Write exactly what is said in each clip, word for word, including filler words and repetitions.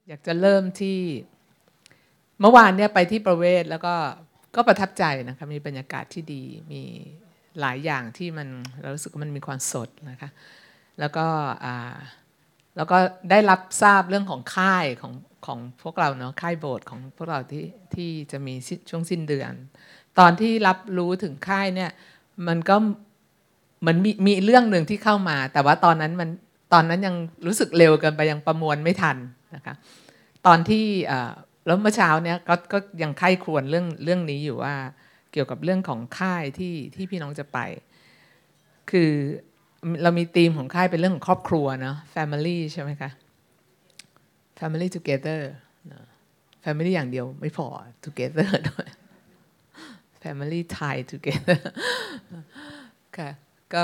อยากจะเริ่มที่เมื่อวานเนี่ยไปที่ประเวศแล้วก็ก็ประทับใจนะคะมีบรรยากาศที่ดีมีหลายอย่างที่มันเรารู้สึกว่ามันมีความสดนะคะแล้วก็แล้วก็ได้รับทราบเรื่องของค่ายของของพวกเราเนาะค่ายโบสถ์ของพวกเราที่ที่จะมีช่วงสิ้นเดือนตอนที่รับรู้ถึงค่ายเนี่ยมันก็เหมือนมีมีเรื่องหนึ่งที่เข้ามาแต่ว่าตอนนั้นมันตอนนั้นยังรู้สึกเร็วเกินไปยังประมวลไม่ทันนะคะตอนที่แล้วเมื่อเช้าเนี้ยก็ก็ยังไข้ครวญเรื่องเรื่องนี้อยู่ว่าเกี่ยวกับเรื่องของค่ายที่ที่พี่น้องจะไปคือเรามีธีมของค่ายเป็นเรื่องของครอบครัวเนาะ family ใช่ไหมคะ family together family อย่างเดียวไม่พอ together ด้วย family Thai together ค่ะก็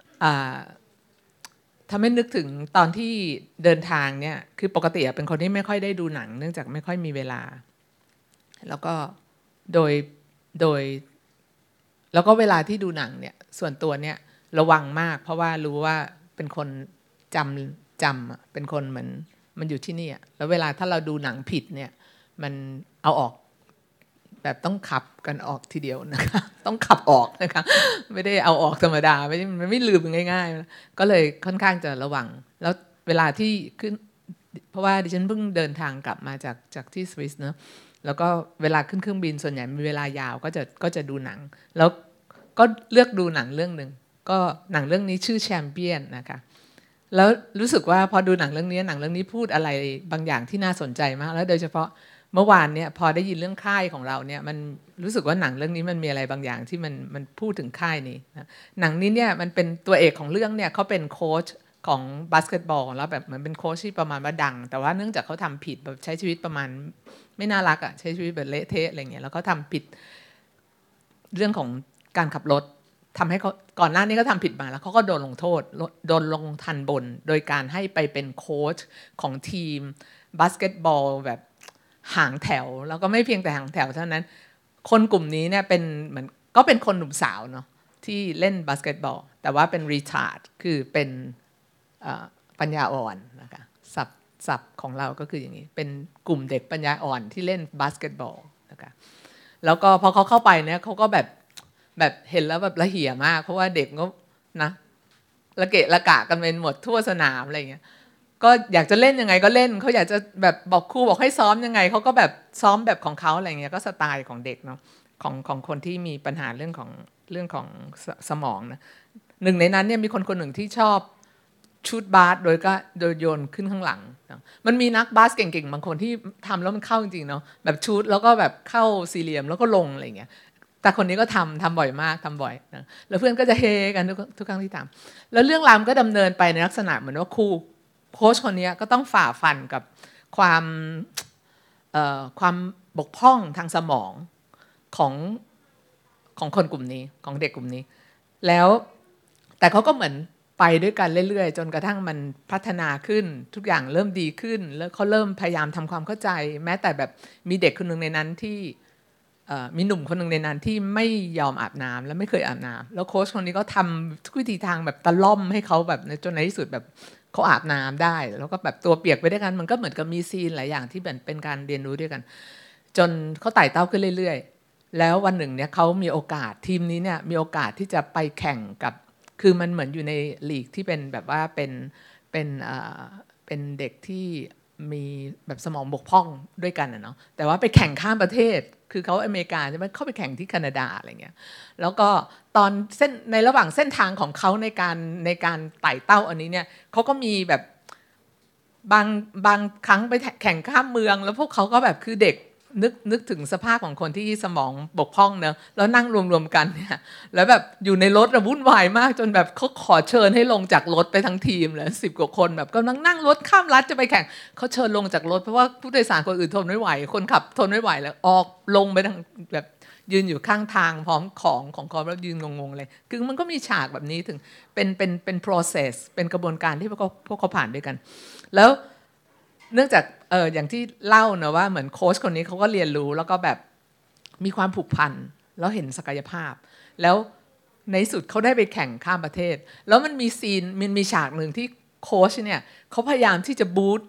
ทำให้นึกถึงตอนที่เดินทางเนี่ยคือปกติเป็นคนที่ไม่ค่อยได้ดูหนังเนื่องจากไม่ค่อยมีเวลาแล้วก็โดยโดยแล้วก็เวลาที่ดูหนังเนี่ยส่วนตัวเนี่ยระวังมากเพราะว่ารู้ว่าเป็นคนจำจำเป็นคนเหมือนมันอยู่ที่นี่แล้วเวลาถ้าเราดูหนังผิดเนี่ยมันเอาออกแบบต้องขับกันออกทีเดียวนะคะต้องขับออกนะคะไม่ได้เอาออกธรรมดาไม่มันไม่ลืมง่ายๆก็เลยค่อนข้างจะระวังแล้วเวลาที่ขึ้นเพราะว่าดิฉันเพิ่งเดินทางกลับมาจากจากที่สวิสเนอะแล้วก็เวลาขึ้นเครื่องบินส่วนใหญ่มีเวลายาวก็จะก็จะดูหนังแล้วก็เลือกดูหนังเรื่องหนึ่งก็หนังเรื่องนี้ชื่อแชมเปี้ยนนะคะแล้วรู้สึกว่าพอดูหนังเรื่องนี้หนังเรื่องนี้พูดอะไรบางอย่างที่น่าสนใจมากแล้วโดยเฉพาะเมื่อวานเนี่ยพอได้ยินเรื่องค่ายของเราเนี่ยมันรู้สึกว่าหนังเรื่องนี้มันมีอะไรบางอย่างที่มันมันพูดถึงค่ายนี้นะหนังนี้เนี่ยมันเป็นตัวเอกของเรื่องเนี่ยเขาเป็นโค้ชของบาสเกตบอลแล้วแบบเหมือนเป็นโค้ชที่ประมาณว่าดังแต่ว่าเนื่องจากเขาทำผิดแบบใช้ชีวิตประมาณไม่น่ารักอ่ะใช้ชีวิตแบบเละเทะอะไรเงี้ยแล้วเขาทำผิดเรื่องของการขับรถทำให้เขาก่อนหน้านี้ก็ทำผิดมาแล้วเขาก็โดนลงโทษโดนลงทันบนโดยการให้ไปเป็นโค้ชของทีมบาสเกตบอลแบบหางแถวแล้วก็ไม่เพียงแต่หางแถวเท่านั้นคนกลุ่มนี้เนี่ยเป็นเหมือนก็เป็นคนหนุ่มสาวเนาะที่เล่นบาสเกตบอลแต่ว่าเป็น retard คือเป็นปัญญาอ่อนนะคะศัพท์ศัพท์ของเราก็คืออย่างนี้เป็นกลุ่มเด็กปัญญาอ่อนที่เล่นบาสเกตบอลนะคะแล้วก็พอเขาเข้าไปเนี่ยเขาก็แบบแบบเห็นแล้วแบบละเหี่ยมากเพราะว่าเด็กก็นะละเกะละกะกันเป็นหมดทั่วสนามอะไรอย่างเงี้ยก็อยากจะเล่นยังไงก็เล่นเขาอยากจะแบบบอกครูบอกให้ซ้อมยังไงเขาก็แบบซ้อมแบบของเขาอะไรเงี้ยก็สไตล์ของเด็กเนาะของของคนที่มีปัญหาเรื่องของเรื่องของส, สมองนะหนึ่งในนั้นเนี่ยมีคนคนหนึ่งที่ชอบชูตบาสโดยก็โดยโยนขึ้นข้างหลังมันมีนักบาสเก่งๆบางคนที่ทำแล้วมันเข้าจริงๆเนาะแบบชูตแล้วก็แบบเข้าสี่เหลี่ยมแล้วก็ลงอะไรเงี้ยแต่คนนี้ก็ทำทำบ่อยมากทำบ่อยนะแล้วเพื่อนก็จะเฮกันทุกทุกครั้งที่ทำแล้วเรื่องราวก็ดำเนินไปในลักษณะเหมือนว่าครูโค้ชคนนี้ก็ต้องฝ่าฟันกับความความบกพร่องทางสมองของของคนกลุ่มนี้ของเด็กกลุ่มนี้แล้วแต่เขาก็เหมือนไปด้วยกันเรื่อยๆจนกระทั่งมันพัฒนาขึ้นทุกอย่างเริ่มดีขึ้นแล้วเขาเริ่มพยายามทำความเข้าใจแม้แต่แบบมีเด็กคนหนึ่งในนั้นที่มีหนุ่มคนหนึ่งในนั้นที่ไม่ยอมอาบน้ำและไม่เคยอาบน้ำแล้วโค้ชคนนี้ก็ทำทุกวิธีทางแบบตะล่อมให้เขาแบบจนในที่สุดแบบเขาอาบน้ำได้แล้วก็แบบตัวเปียกไปด้วยกันมันก็เหมือนกับมีซีนหลายอย่างที่เป็นเป็นการเรียนรู้ด้วยกันจนเขาไต่เต้าขึ้นเรื่อยๆแล้ววันหนึ่งเนี่ยเขามีโอกาสทีมนี้เนี่ยมีโอกาสที่จะไปแข่งกับคือมันเหมือนอยู่ในลีกที่เป็นแบบว่าเป็นเป็นเป็นเด็กที่มีแบบสมองบกพร่องด้วยกันนะเนาะแต่ว่าไปแข่งข้ามประเทศคือเขาอเมริกาใช่ไหมเขาไปแข่งที่แคนาดาอะไรเงี้ยแล้วก็ตอนเส้นในระหว่างเส้นทางของเขาในการในการไต่เต้าอันนี้เนี่ยเขาก็มีแบบบางบางครั้งไปแข่งข้ามเมืองแล้วพวกเขาก็แบบคือเด็กนึกนึกถึงสภาพของคนที่สมองบกพร่องเนอะแล้วนั่งรวมๆกันเนี่ยแล้วแบบอยู่ในรถวุ่นวายมากจนแบบเขาขอเชิญให้ลงจากรถไปทั้งทีมเลยสิบกว่าคนแบบกำลังนั่งรถข้ามรัฐจะไปแข่งเขาเชิญลงจากรถเพราะว่าผู้โดยสารคนอื่นทนไม่ไหวคนขับทนไม่ไหวแล้วออกลงไปทางแบบยืนอยู่ข้างทางพร้อมของของเขาแล้วยืนงงๆเลยคือมันก็มีฉากแบบนี้ถึงเป็นเป็นเป็น process เป็นกระบวนการที่พวกเขาพวกเขาผ่านด้วยกันแล้วเนื่องจากเอออย่างที่เล่าเนอะว่าเหมือนโค้ชคนนี้เขาก็เรียนรู้แล้วก็แบบมีความผูกพันแล้วเห็นศักยภาพแล้วในสุดเขาได้ไปแข่งข้ามประเทศแล้วมันมีซีนมันมีฉากหนึ่งที่โค้ชเนี่ยเขาพยายามที่จะบูสต์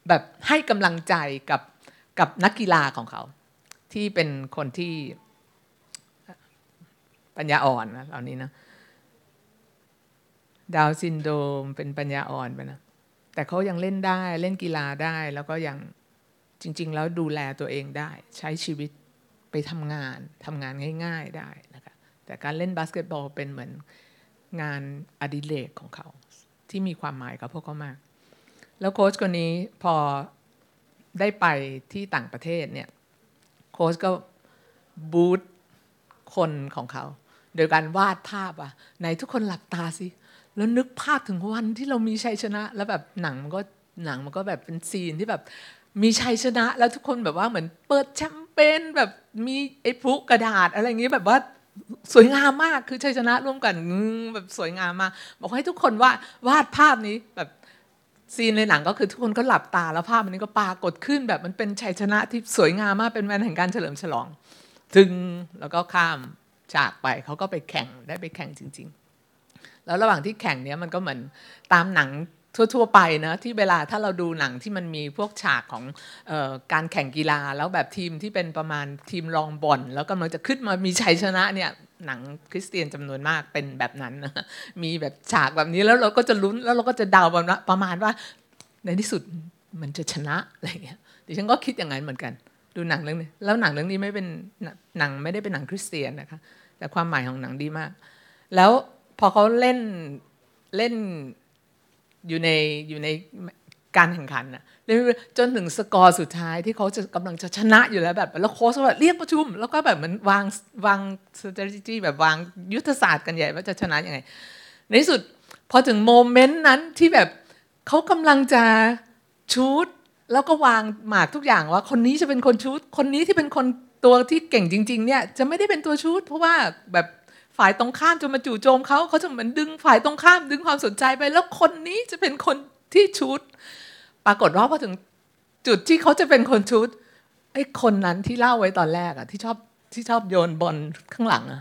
แบบให้กำลังใจกับกับนักกีฬาของเขาที่เป็นคนที่ปัญญาอ่อนนะเหล่านี้นะดาวน์ซินโดรมเป็นปัญญาอ่อนไปนะแต่เขายังเล่นได้เล่นกีฬาได้แล้วก็ยังจริงๆแล้วดูแลตัวเองได้ใช้ชีวิตไปทำงานทำงานง่ายๆได้นะคะแต่การเล่นบาสเกตบอลเป็นเหมือนงานอดิเรกของเขาที่มีความหมายกับพวกเขามากแล้วโค้ชคนนี้พอได้ไปที่ต่างประเทศเนี่ยโค้ชก็บูตคนของเขาโดยการวาดภาพอ่ะไหนทุกคนหลับตาสิแล้วนึกภาพถึงวันที่เรามีชัยชนะแล้วแบบหนังมันก็หนังมันก็แบบเป็นซีนที่แบบมีชัยชนะแล้วทุกคนแบบว่าเหมือนเปิดแชมเปญแบบมีไอ้พลุกระดาษอะไรอย่างงี้แบบว่าสวยงามมากคือชัยชนะร่วมกันแบบสวยงามมากบอกให้ทุกคนวาดวาดภาพนี้แบบซีนในหนังก็คือทุกคนก็หลับตาแล้วภาพนี้ก็ปรากฏขึ้นแบบมันเป็นชัยชนะที่สวยงามมากเป็นวันแห่งการเฉลิมฉลองถึงแล้วก็ข้ามจากไปเขาก็ไปแข่งได้ไปแข่งจริงๆแล้วระหว่างที่แข่งเนี้ยมันก็เหมือนตามหนังทั่วๆไปนะที่เวลาถ้าเราดูหนังที่มันมีพวกฉากของเอ่อการแข่งกีฬาแล้วแบบทีมที่เป็นประมาณทีมรองบอลแล้วกำลังจะขึ้นมามีชัยชนะเนี่ยหนังคริสเตียนจำนวนมากเป็นแบบนั้นนะมีแบบฉากแบบนี้แล้วเราก็จะลุ้นแล้วเราก็จะเดาประมาณว่าในที่สุดมันจะชนะอะไรอย่างเงี้ยดิฉันก็คิดอย่างนั้นเหมือนกันดูหนังเรื่องนี้แล้วหนังเรื่องนี้ไม่เป็นหนังไม่ได้เป็นหนังคริสเตียนนะคะแต่ความหมายของหนังดีมากแล้วพอเขาเล่นเล่นอยู่ในอยู่ในการแข่งขันนะจนถึงสกอร์สุดท้ายที่เขาจะกำลังจะชนะอยู่แล้วแบบแล้วโค้ชก็แบบเรียกประชุมแล้วก็แบบเหมือนวางวาง strategy แบบวางยุทธศาสตร์กันใหญ่ว่าจะชนะยังไงในที่สุดพอถึงโมเมนต์นั้นที่แบบเขากำลังจะชูตแล้วก็วางหมากทุกอย่างว่าคนนี้จะเป็นคนชูตคนนี้ที่เป็นคนตัวที่เก่งจริงๆเนี่ยจะไม่ได้เป็นตัวชูตเพราะว่าแบบฝ่ายตรงข้ามจะมาจู่โจมเขาเขาจะเหมือนดึงฝ่ายตรงข้ามดึงความสนใจไปแล้วคนนี้จะเป็นคนที่ชูตปรากฏว่าพอถึงจุดที่เขาจะเป็นคนชูตไอ้คนนั้นที่เล่าไว้ตอนแรกอะที่ชอบที่ชอบโยนบอลข้างหลังอะ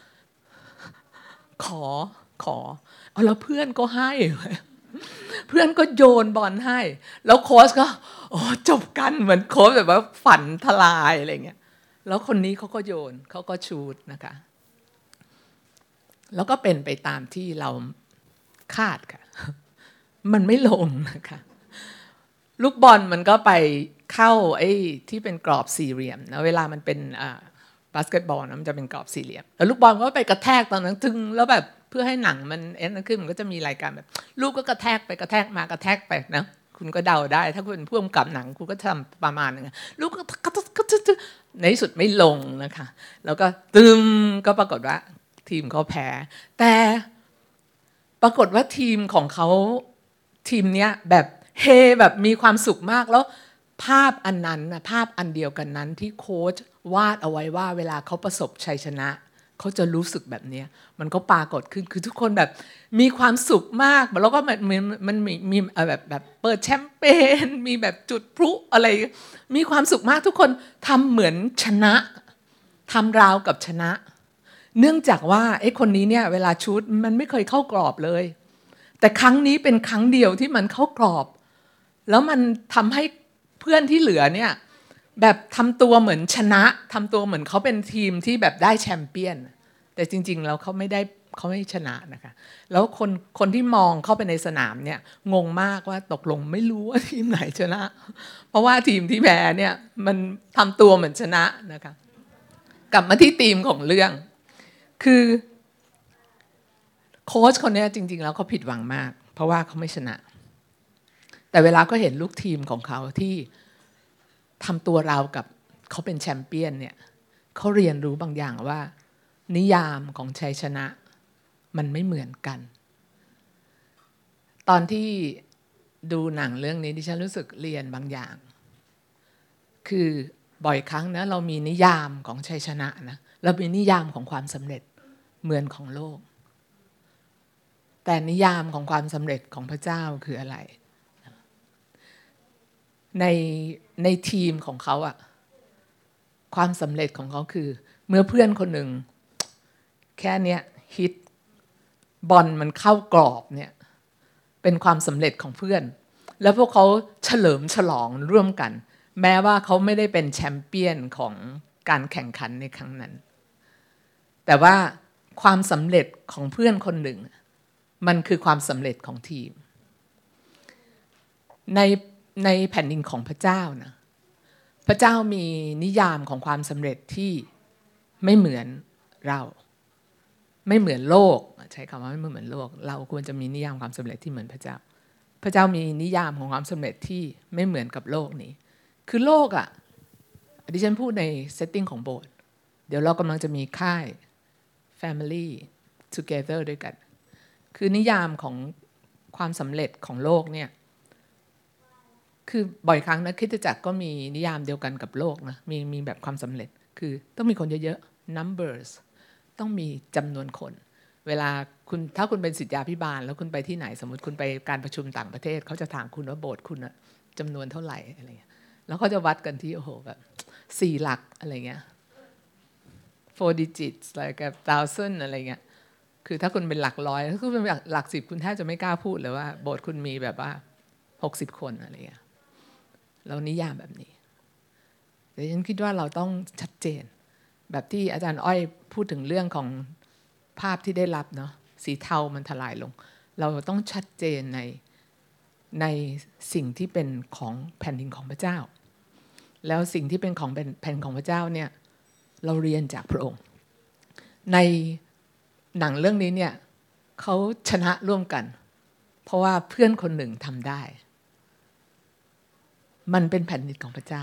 ขอขอเอาแล้วเพื่อนก็ให้เพื่อนก็โยนบอลให้แล้วโค้ชก็โอ้จบกันเหมือนโค้ชแบบว่าฝันทลายอะไรเงี้ยแล้วคนนี้เขาก็โยนเขาก็ชูตนะคะแล้วก็เป็นไปตามที่เราคาดค่ะมันไม่ลงนะคะลูกบอลมันก็ไปเข้าไอ้ที่เป็นกรอบสี่เหลี่ยมนะเวลามันเป็นอ่าบาสเกตบอลนะมันจะเป็นกรอบสี่เหลี่ยมแล้วลูกบอลก็ไปกระแทกตอนนั้นถึงแล้วแบบเพื่อให้หนังมันเอ็นขึ้นมันก็จะมีรายการแบบลูกก็กระแทกไปกระแทกมากระแทกไปนะคุณก็เดาได้ถ้าคุณเป็นผู้กำกับหนังคุณก็ทำประมาณนึงลูกก็ในที่สุดไม่ลงนะคะแล้วก็ตึมก็ปรากฏว่าทีมเขาแพ้แต่ปรากฏว่าทีมของเขาทีมเนี้ยแบบเฮแบบมีความสุขมากแล้วภาพอันนั้นนะภาพอันเดียวกันนั้นที่โค้ชวาดเอาไว้ว่าเวลาเขาประสบชัยชนะเขาจะรู้สึกแบบนี้มันก็ปรากฏขึ้นคือทุกคนแบบมีความสุขมากแล้วก็มันมันมันมีมีแบบแบบเปิดแชมเปญมีแบบจุดพลุอะไรมีความสุขมากทุกคนทำเหมือนชนะทำราวกับชนะเนื่องจากว่าไอ้คนนี้เนี่ยเวลาชูตมันไม่เคยเข้ากรอบเลยแต่ครั้งนี้เป็นครั้งเดียวที่มันเข้ากรอบแล้วมันทำให้เพื่อนที่เหลือเนี่ยแบบทำตัวเหมือนชนะทำตัวเหมือนเขาเป็นทีมที่แบบได้แชมเปี้ยนแต่จริงๆแล้วเขาไม่ได้เขาไม่ชนะนะคะแล้วคนคนที่มองเข้าไปในสนามเนี่ยงงมากว่าตกลงไม่รู้ว่าทีมไหนชนะเพราะว่าทีมที่แพ้เนี่ยมันทำตัวเหมือนชนะนะคะกลับมาที่ธีมของเรื่องคือโค้ชคนนี้จริงๆแล้วเขาผิดหวังมากเพราะว่าเขาไม่ชนะแต่เวลาก็เห็นลูกทีมของเขาที่ทำตัวราวกับเขาเป็นแชมเปี้ยนเนี่ยเขาเรียนรู้บางอย่างว่านิยามของชัยชนะมันไม่เหมือนกันตอนที่ดูหนังเรื่องนี้ดิฉันรู้สึกเรียนบางอย่างคือบ่อยครั้งนะเรามีนิยามของชัยชนะนะเรามีนิยามของความสำเร็จเหมือนของโลกแต่นิยามของความสำเร็จของพระเจ้าคืออะไรในในทีมของเขาอะความสำเร็จของเขาคือเมื่อเพื่อนคนหนึ่งแค่เนี้ยฮิตบอลมันเข้ากรอบเนี่ยเป็นความสำเร็จของเพื่อนแล้วพวกเขาเฉลิมฉลองร่วมกันแม้ว่าเขาไม่ได้เป็นแชมเปี้ยนของการแข่งขันในครั้งนั้นแต่ว่าความสำเร็จของเพื่อนคนหนึ่งมันคือความสำเร็จของทีมในในแผ่นดินของพระเจ้านะพระเจ้ามีนิยามของความสำเร็จที่ไม่เหมือนเราไม่เหมือนโลกใช้คำว่าไม่เหมือนโลกเราควรจะมีนิยามความสำเร็จที่เหมือนพระเจ้าพระเจ้ามีนิยามของความสำเร็จที่ไม่เหมือนกับโลกนี้คือโลกอ่ะดิฉันพูดในเซตติ้งของโบสถ์เดี๋ยวเรากำลังจะมีค่าย family together ด้วยกันคือนิยามของความสำเร็จของโลกเนี่ยคือบ่อยครั้งนะคริสตจักรก็มีนิยามเดียวกันกับโลกนะมีมีแบบความสำเร็จคือต้องมีคนเยอะๆ numbers ต้องมีจำนวนคนเวลาคุณถ้าคุณเป็นศิษยาภิบาลแล้วคุณไปที่ไหนสมมติคุณไปการประชุมต่างประเทศเขาจะถามคุณว่าโบสถ์คุณจำนวนเท่าไหร่อะไรเงี้ยแล้วเขาจะวัดกันที่โอ้โหแบบสี่หลักอะไรเงี้ย four digits like a thousand อะไรเงี้ยคือถ้าคุณเป็นหลักร้อยถ้าคุณเป็นหลักสิบคุณแทบจะไม่กล้าพูดเลยว่าโบสถ์คุณมีแบบว่าหกสิบคนอะไรเงี้ยเรานิยามแบบนี้แต่ฉันคิดว่าเราต้องชัดเจนแบบที่อาจารย์อ้อยพูดถึงเรื่องของภาพที่ได้รับเนาะสีเทามันทลายลงเราต้องชัดเจนในในสิ่งที่เป็นของแผ่นดินของพระเจ้าแล้วสิ่งที่เป็นของแผ่นของพระเจ้าเนี่ยเราเรียนจากพระองค์ในหนังเรื่องนี้เนี่ยเขาชนะร่วมกันเพราะว่าเพื่อนคนหนึ่งทำได้มันเป็นแผ่นดินของพระเจ้า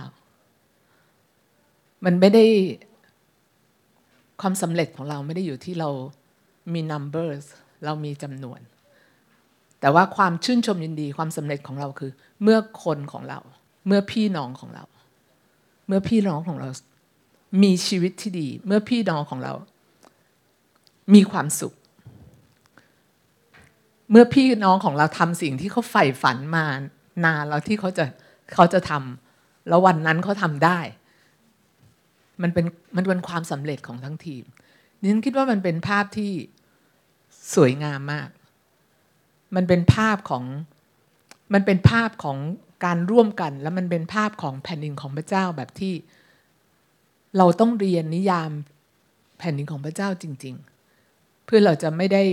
มันไม่ได้ความสำเร็จของเราไม่ได้อยู่ที่เรามี numbers เรามีจำนวนแต่ว่าความชื่นชมยินดีความสำเร็จของเราคือเมื่อคนของเราเมื่อพี่น้องของเราเมื่อพี่น้องของเรามีชีวิตที่ดีเมื่อพี่น้องของเรามีความสุขเมื่อพี่น้องของเราทำสิ่งที่เขาใฝ่ฝันมานานแล้วที่เขาจะเขาจะทำแล้ววันนั้นเขาทำได้มันเป็นมันเป็นความสำเร็จของทั้งทีมดิฉันคิดว่ามันเป็นภาพที่สวยงามมากมันเป็นภาพของมันเป็นภาพของการร่วมกันแล้วมันเป็นภาพของแผ่นดินของพระเจ้าแบบที่เราต้องเรียนนิยามแผ่นดินของพระเจ้าจริงๆเพื่อเราจะไม่ได้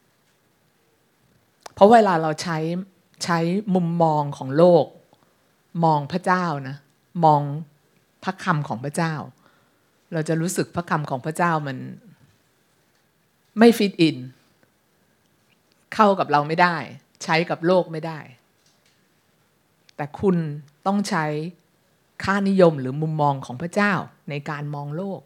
เพราะเวลาเราใช้ใช้มุมมองของโลกมองพระเจ้านะมองพระคำของพระเจ้าเราจะรู้สึกพระคำของพระเจ้ามันไม่ฟิตอินเข้ากับเราไม่ได้ใช้กับโลกไม่ได้แต่คุณต้องใช้ค่านิยมหรือมุมมองของพระเจ้าในการมองโลก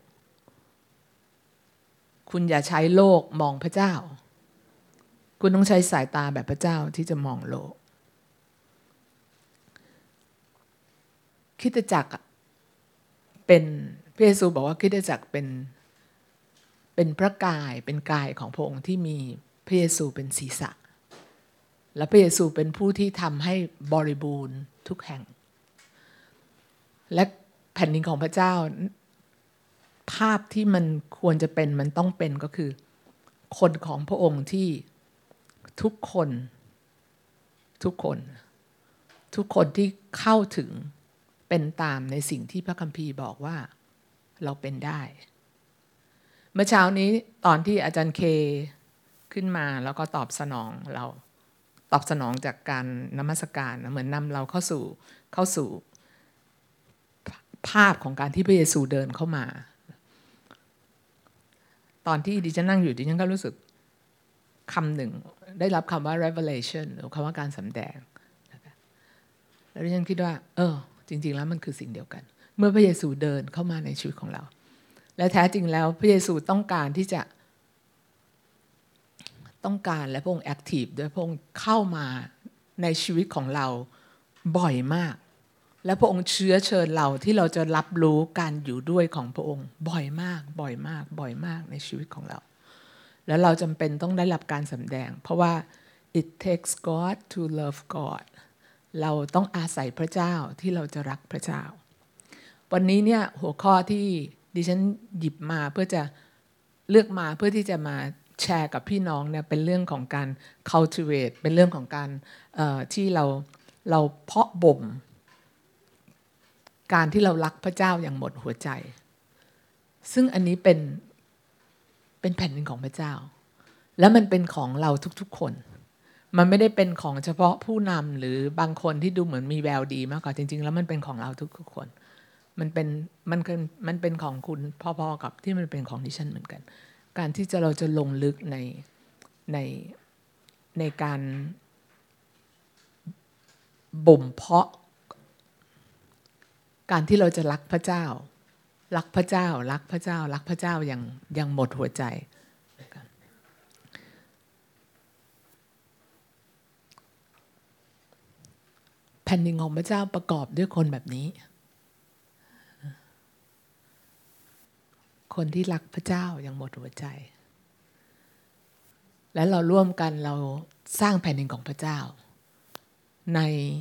คุณอย่าใช้โลกมองพระเจ้าคุณต้องใช้สายตาแบบพระเจ้าที่จะมองโลกคริสตจักรเป็นพระเยซูบอกว่าคริสตจักรเป็นเป็นพระกายเป็นกายของพระองค์ที่มีพระเยซูเป็นศีรษะและพระเยซูเป็นผู้ที่ทำให้บริบูรณ์ทุกแห่งและแผ่นดินของพระเจ้าภาพที่มันควรจะเป็นมันต้องเป็นก็คือคนของพระองค์ที่ทุกคนทุกคนทุกคนที่เข้าถึงเป็นตามในสิ่งที่พระคัมภีร์บอกว่าเราเป็นได้เมื่อเช้านี้ตอนที่อาจารย์เคขึ้นมาแล้วก็ตอบสนองเราตอบสนองจากการนมัสการเหมือนนำเราเข้าสู่เข้าสู่ภาพของการที่พระเยซูเดินเข้ามาตอนที่ดิฉันนั่งอยู่ดิฉันก็รู้สึกคำหนึ่งได้รับคำว่า revelation หรือคำว่าการสำแดงแล้วดิฉันคิดว่าเออจริงๆแล้วมันคือสิ่งเดียวกันเมื่อพระเยซูเดินเข้ามาในชีวิตของเราและแท้จริงแล้วพระเยซูต้องการที่จะต้องการและพระองค์แอคทีฟด้วยพระองค์เข้ามาในชีวิตของเราบ่อยมากและพระองค์เชื้อเชิญเราที่เราจะรับรู้การอยู่ด้วยของพระองค์บ่อยมากบ่อยมากบ่อยมากในชีวิตของเราแล้วเราจำเป็นต้องได้รับการสำแดงเพราะว่า it takes God to love God เราต้องอาศัยพระเจ้าที่เราจะรักพระเจ้าวันนี้เนี่ยหัวข้อที่ดิฉันหยิบมาเพื่อจะเลือกมาเพื่อที่จะมาแชร์กับพี่น้องเนี่ยเป็นเรื่องของการ cultivate เป็นเรื่องของการที่เราเราเพาะบ่มการที่เรารักพระเจ้าอย่างหมดหัวใจซึ่งอันนี้เป็นเป็นแผ่นดินของพระเจ้าและมันเป็นของเราทุกๆคนมันไม่ได้เป็นของเฉพาะผู้นำหรือบางคนที่ดูเหมือนมีแววดีมากกว่าจริงๆแล้วมันเป็นของเราทุกๆคนมันเป็นมันเป็นมันเป็นของคุณพอๆกับที่มันเป็นของดิฉันเหมือนกันการที่จะเราจะลงลึกในในในการบ่มเพาะการที่เราจะรักพระเจ้ารักพระเจ้ารักพระเจ้ารักพระเจ้าอย่างอย่างหมดหัวใจแผ่นดินของพระเจ้าประกอบด้วยคนแบบนี้คนที่รักพระเจ้าอย่างหมดหัวใจและเราร่วมกันเราสร้างแผ่นดินของพระเจ้าใน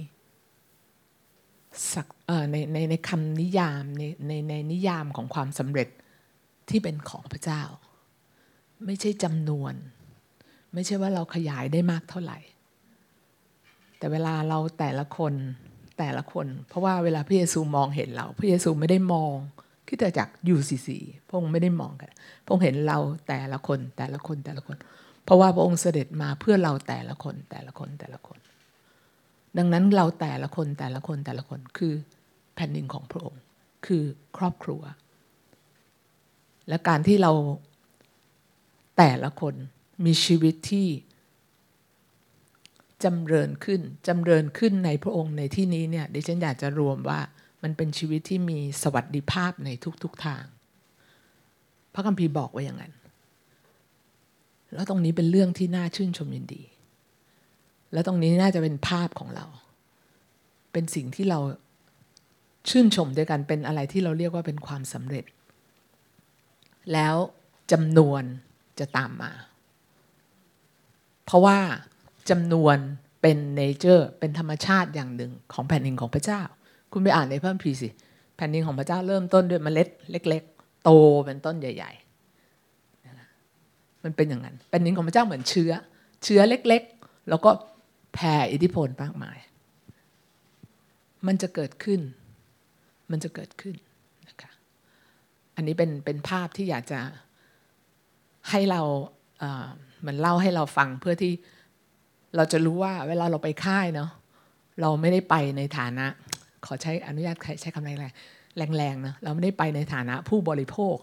ในในในคำนิยามในในในนิยามของความสำเร็จที่เป็นของพระเจ้าไม่ใช่จำนวนไม่ใช่ว่าเราขยายได้มากเท่าไหร่แต่เวลาเราแต่ละคนแต่ละคนเพราะว่าเวลาพระเยซูมองเห็นเราพระเยซูไม่ได้มองคริสตจักร ยู ซี ซี พระองค์ไม่ได้มองกันพระองค์เห็นเราแต่ละคนแต่ละคนแต่ละคนเพราะว่าพระองค์เสด็จมาเพื่อเราแต่ละคนแต่ละคนแต่ละคนดังนั้นเราแต่ละคนแต่ละคนแต่ละคนคือแผ่นดินของพระองค์คือครอบครัวและการที่เราแต่ละคนมีชีวิตที่จำเริญขึ้นจำเริญขึ้นในพระองค์ในที่นี้เนี่ยดิฉันอยากจะรวมว่ามันเป็นชีวิตที่มีสวัสดิภาพในทุกๆทางพระคัมภีร์บอกไว้อย่างนั้นแล้วตรงนี้เป็นเรื่องที่น่าชื่นชมยินดีแล้วตรงนี้น่าจะเป็นภาพของเราเป็นสิ่งที่เราชื่นชมด้วยกันเป็นอะไรที่เราเรียกว่าเป็นความสำเร็จแล้วจำนวนจะตามมาเพราะว่าจำนวนเป็นเนเจอร์เป็นธรรมชาติอย่างหนึ่งของแผ่นดินของพระเจ้าคุณไปอ่านในพระคัมภีร์สิแผ่นดินของพระเจ้าเริ่มต้นด้วยเมล็ดเล็กๆโตเป็นต้นใหญ่ๆมันเป็นอย่างนั้นแผ่นดินของพระเจ้าเหมือนเชื้อเชื้อเล็กๆแล้วก็แผ่อิทธิพลมากมายมันจะเกิดขึ้นมันจะเกิดขึ้นนะคะอันนี้เป็นเป็นภาพที่อยากจะให้เราเอ่อเหมือนเล่าให้เราฟังเพื่อที่เราจะรู้ว่าเวลาเราไปค่ายเนาะเราไม่ได้ไปในฐานะขอใช้อนุญาตใช้คำแรงแรงๆนะเราไม่ได้ไปในฐานะผู้บริโภค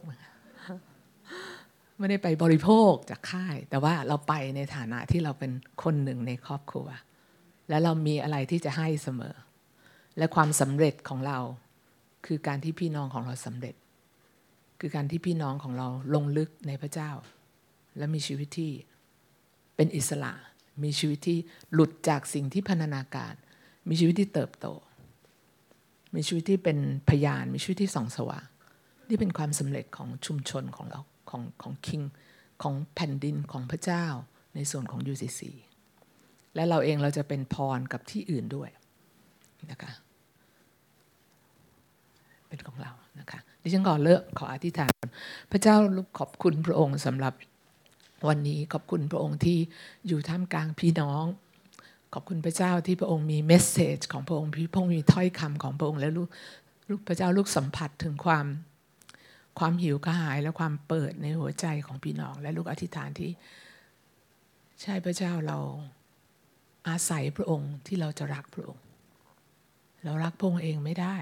ไม่ได้ไปบริโภคจากค่ายแต่ว่าเราไปในฐานะที่เราเป็นคนหนึ่งในครอบครัวและเรามีอะไรที่จะให้เสมอและความสำเร็จของเราคือการที่พี่น้องของเราสำเร็จคือการที่พี่น้องของเราลงลึกในพระเจ้าและมีชีวิตที่เป็นอิสระมีชีวิตที่หลุดจากสิ่งที่พันธนาการมีชีวิตที่เติบโตมีชีวิตที่เป็นพยานมีชีวิตที่ส่องสว่างนี่เป็นความสำเร็จของชุมชนของเราของของคิงของแผ่นดินของพระเจ้าในส่วนของ ยู ซี ซี และเราเองเราจะเป็นพรกับที่อื่นด้วยนะคะเป็นของเรานะคะดิฉันขอเลิกขออธิษฐานพระเจ้าขอบคุณพระองค์สำหรับวันนี้ขอบคุณพระองค์ที่อยู่ท่ามกลางพี่น้องขอบคุณพระเจ้าที่พระองค์มีเมสเซจของพระองค์พระองค์มีถ้อยคำของพระองค์และลูกลูกพระเจ้าลูกสัมผัสถึงความความหิวกระหายและความเปิดในหัวใจของพี่น้องและลูกอธิษฐานที่ใช่พระเจ้าเราอาศัยพระองค์ที่เราจะรักพระองค์เรารักพระองค์เองไม่ได้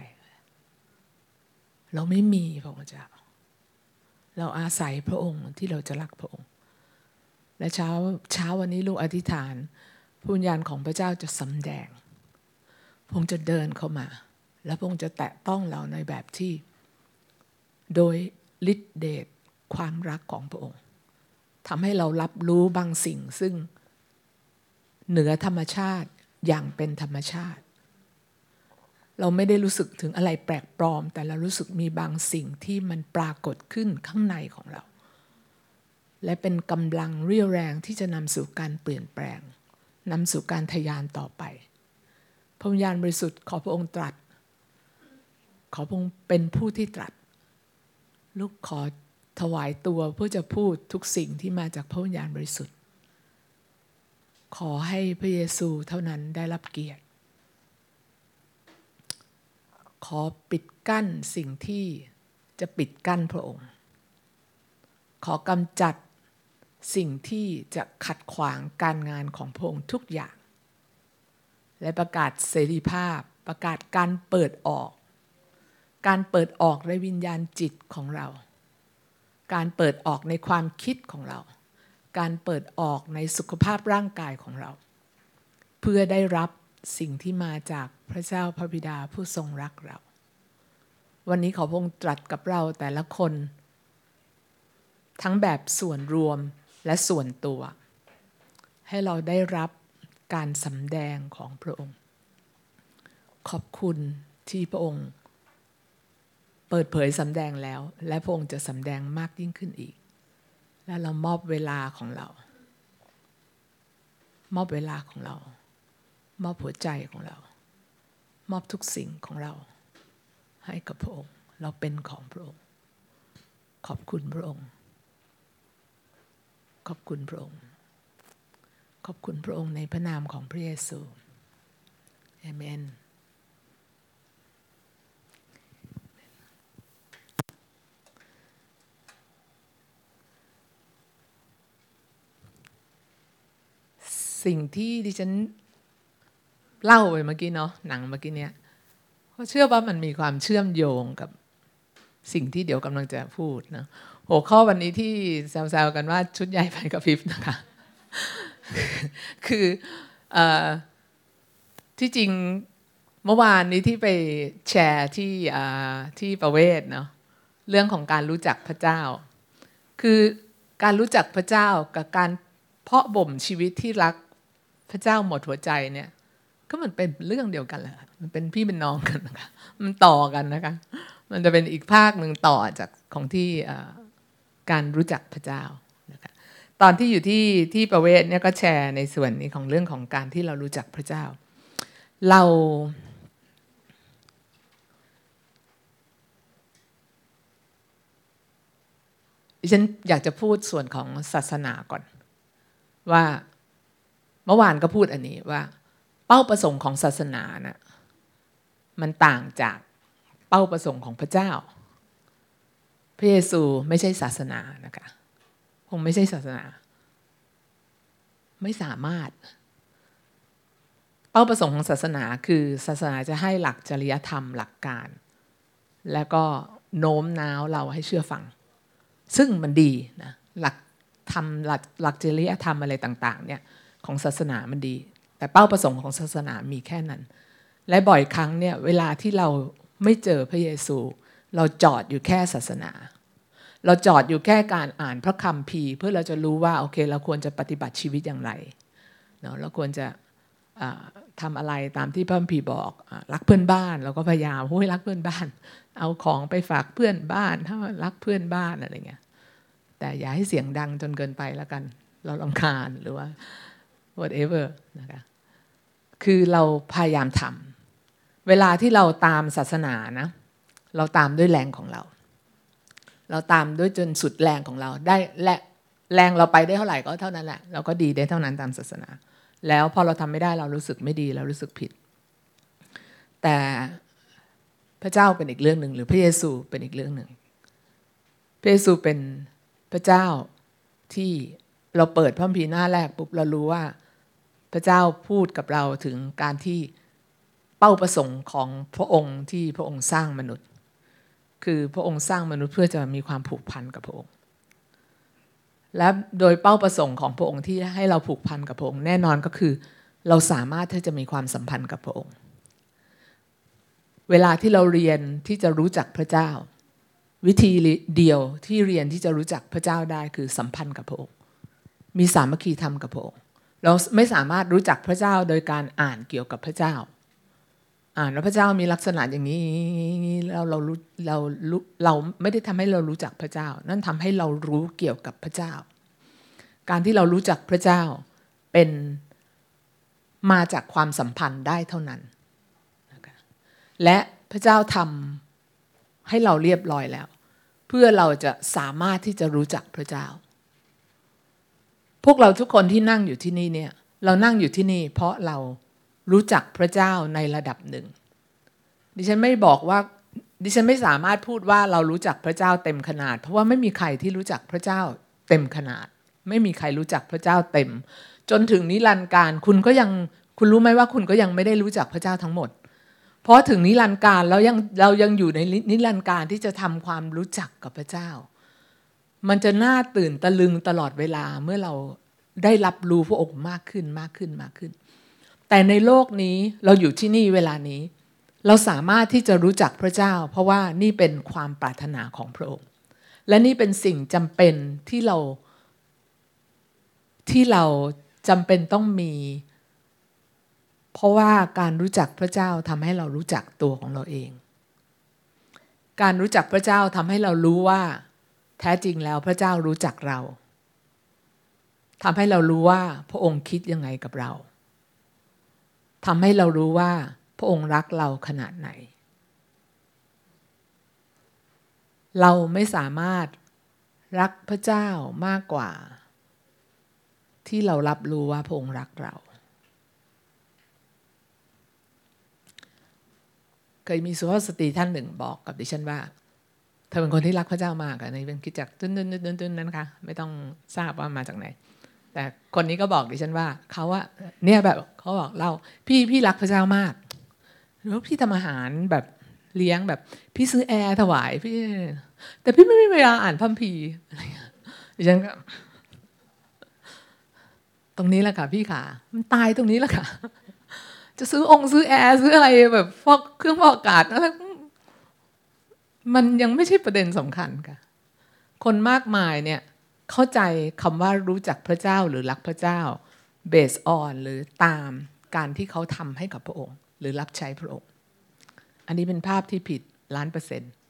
เราไม่มีพระองค์เจ้าเราอาศัยพระองค์ที่เราจะรักพระองค์และเช้าเช้าวันนี้ลูกอธิษฐานพระวิญญาณของพระเจ้าจะสำแดงพระองค์จะเดินเข้ามาและพระองค์จะแตะต้องเราในแบบที่โดยฤทธิเดชความรักของพระองค์ทำให้เรารับรู้บางสิ่งซึ่งเหนือธรรมชาติอย่างเป็นธรรมชาติเราไม่ได้รู้สึกถึงอะไรแปลกปลอมแต่เรารู้สึกมีบางสิ่งที่มันปรากฏขึ้นข้างในของเราและเป็นกำลังเรี่ยวแรงที่จะนำสู่การเปลี่ยนแปลงนำสู่การทะยานต่อไปพระวิญญาณบริสุทธิ์ขอพระองค์ตรัสขอพระองค์เป็นผู้ที่ตรัสลูกขอถวายตัวเพื่อจะพูดทุกสิ่งที่มาจากพระวิญญาณบริสุทธิ์ขอให้พระเยซูเท่านั้นได้รับเกียรติขอปิดกั้นสิ่งที่จะปิดกั้นพระองค์ขอกำจัดสิ่งที่จะขัดขวางการงานของพระองค์ทุกอย่างและประกาศเสรีภาพประกาศการเปิดออกการเปิดออกในวิญญาณจิตของเราการเปิดออกในความคิดของเราการเปิดออกในสุขภาพร่างกายของเราเพื่อได้รับสิ่งที่มาจากพระเจ้าพระบิดาผู้ทรงรักเราวันนี้ขอพระองค์ตรัสกับเราแต่ละคนทั้งแบบส่วนรวมและส่วนตัวให้เราได้รับการสำแดงของพระองค์ขอบคุณที่พระองค์เปิดเผยสำแดงแล้วและพระองค์จะสำแดงมากยิ่งขึ้นอีกและเรามอบเวลาของเรามอบเวลาของเรามอบหัวใจของเรามอบทุกสิ่งของเราให้กับพระองค์เราเป็นของพระองค์ขอบคุณพระองค์ขอบคุณพระองค์ขอบคุณพระองค์ในพระนามของพระเยซูอาเมนสิ่งที่ดิฉันเล่าไปเมื่อกี้เนาะหนังเมื่อกี้เนี้ยก็เชื่อว่ามันมีความเชื่อมโยงกับสิ่งที่เดี๋ยวกำลังจะพูดนะหัวข้อวันนี้ที่แซวๆกันว่าชุดใหญ่ไฟกระพริบนะคะคือเอ่อที่จริงเมื่อวานนี้ที่ไปแชร์ที่อ่าที่ประเวศเนาะเรื่องของการรู้จักพระเจ้าคือการรู้จักพระเจ้ากับการเพาะบ่มชีวิตที่รักพระเจ้าหมดหัวใจเนี่ยก็มันเป็นเรื่องเดียวกันแหละมันเป็นพี่เป็นน้องกันนะคะมันต่อกันนะคะมันจะเป็นอีกภาคหนึ่งต่อจากของที่การรู้จักพระเจ้านะคะตอนที่อยู่ที่ที่ประเวศเนี่ยก็แชร์ในส่วนนี้ของเรื่องของการที่เรารู้จักพระเจ้าเราฉันอยากจะพูดส่วนของศาสนาก่อนว่าเมื่อวานก็พูดอันนี้ว่าเป้าประสงค์ของศาสนานะมันต่างจากเป้าประสงค์ของพระเจ้าพระเยซูไม่ใช่ศาสนานะคะคงไม่ใช่ศาสนาไม่สามารถเป้าประสงค์ของศาสนาคือศาสนาจะให้หลักจริยธรรมหลักการแล้วก็โน้มน้าวเราให้เชื่อฟังซึ่งมันดีนะหลักธรรมหลักหลักจริยธรรมอะไรต่างๆเนี่ยของศาสนามันดีแต่เป้าประสงค์ของศาสนามีแค่นั้นและบ่อยครั้งเนี่ยเวลาที่เราไม่เจอพระเยซูเราจอดอยู่แค่ศาสนาเราจอดอยู่แค่การอ่านพระคัมภีร์เพื่อเราจะรู้ว่าโอเคเราควรจะปฏิบัติชีวิตอย่างไรเนาะเราควรจะทำอะไรตามที่พระคัมภีร์บอกรักเพื่อนบ้านเราก็พยายามให้รักเพื่อนบ้านเอาของไปฝากเพื่อนบ้านถ้ารักเพื่อนบ้านอะไรเงี้ยแต่อย่าให้เสียงดังจนเกินไปแล้วกันเรารำคาญหรือว่า whatever นะคะคือเราพยายามทำเวลาที่เราตามศาสนานะเราตามด้วยแรงของเราเราตามด้วยจนสุดแรงของเราได้และแรงเราไปได้เท่าไหร่ก็เท่านั้นแหละเราก็ดีได้เท่านั้นตามศาสนาแล้วพอเราทำไม่ได้เรารู้สึกไม่ดีเรารู้สึกผิดแต่พระเจ้าเป็นอีกเรื่องหนึ่งหรือพระเยซูเป็นอีกเรื่องหนึ่งพระเยซูเป็นพระเจ้าที่เราเปิดพระคัมภีร์หน้าแรกปุ๊บเรารู้ว่าพระเจ้าพูดกับเราถึงการที่เป้าประสงค์ของพระองค์ที่พระองค์สร้างมนุษย์คือพระองค์สร้างมนุษย์เพื่อจะมีความผูกพันกับพระองค์และโดยเป้าประสงค์ของพระองค์ที่ให้เราผูกพันกับพระองค์แน่นอนก็คือเราสามารถที่จะมีความสัมพันธ์กับพระองค์เวลาที่เราเรียนที่จะรู้จักพระเจ้าวิธีเดียวที่เรียนที่จะรู้จักพระเจ้าได้คือสัมพันธ์กับพระองค์มีสามัคคีธรรมกับพระองค์เราไม่สามารถรู้จักพระเจ้าโดยการอ่านเกี่ยวกับพระเจ้าอ่านว่าพระเจ้ามีลักษณะอย่างนี้เราเรารู้เราเราไม่ได้ทำให้เรารู้จักพระเจ้านั่นทำให้เรารู้เกี่ยวกับพระเจ้าการที่เรารู้จักพระเจ้าเป็นมาจากความสัมพันธ์ได้เท่านั้นและพระเจ้าทำให้เราเรียบร้อยแล้วเพื่อเราจะสามารถที่จะรู้จักพระเจ้าพวกเราทุกคนที่นั่งอยู่ที่นี่เนี่ยเรานั่งอยู่ที่นี่เพราะเรารู้จักพระเจ้าในระดับหนึ่งดิฉันไม่บอกว่าดิฉันไม่สามารถพูดว่าเรารู้จักพระเจ้าเต็มขนาดเพราะว่าไม่มีใครที่รู้จักพระเจ้าเต็มขนาดไม่มีใครรู้จักพระเจ้าเต็มจนถึงนิรันดร์การคุณก็ยังคุณรู้ไหมว่าคุณก็ยังไม่ได้รู้จักพระเจ้าทั้งหมดเพราะถึงนิรันดร์การแล้วยังเรายังอยู่ในนิรันดร์การที่จะทำความรู้จักกับพระเจ้ามันจะน่าตื่นตะลึงตลอดเวลาเมื่อเราได้รับรู้พระองค์มากขึ้นมากขึ้นมากขึ้นแต่ในโลกนี้เราอยู่ที่นี่เวลานี้เราสามารถที่จะรู้จักพระเจ้าเพราะว่านี่เป็นความปรารถนาของพระองค์และนี่เป็นสิ่งจำเป็นที่เราที่เราจำเป็นต้องมีเพราะว่าการรู้จักพระเจ้าทำให้เรารู้จักตัวของเราเองการรู้จักพระเจ้าทำให้เรารู้ว่าแท้จริงแล้วพระเจ้ารู้จักเราทำให้เรารู้ว่าพระองค์คิดยังไงกับเราทำให้เรารู้ว่าพระองค์รักเราขนาดไหนเราไม่สามารถรักพระเจ้ามากกว่าที่เรารับรู้ว่าพระองค์รักเราเคยมีสุภาพสตรีท่านหนึ่งบอกกับดิฉันว่าเธอเป็นคนที่รักพระเจ้ามากอะในเป็นคิดจักตื้นตื้นตื้นตื้นนั้นค่ะไม่ต้องทราบว่ามาจากไหนแต่คนนี้ก็บอกดิฉันว่าเขาว่าเนี่ยแบบเขาบอกเล่าพี่พี่รักพระเจ้ามากแล้วพี่ทำอาหารแบบเลี้ยงแบบพี่ซื้อแอร์ถวายพี่แต่พี่ไม่มีเวลาอ่านพระคัมภีร์อะไรอย่างเงี้ยดิฉันก็ตรงนี้แหละค่ะพี่ขามันตายตรงนี้แหละค่ะจะซื้อองค์ซื้อแอร์ซื้ออะไรแบบฟอกเครื่องฟอกอากาศอะไรมันยังไม่ใช่ประเด็นสำคัญค่ะคนมากมายเนี่ยเข้าใจคำว่ารู้จักพระเจ้าหรือรักพระเจ้า based on หรือตามการที่เขาทำให้กับพระองค์หรือรับใช้พระองค์อันนี้เป็นภาพที่ผิดล้านเปอร์เซ็นต์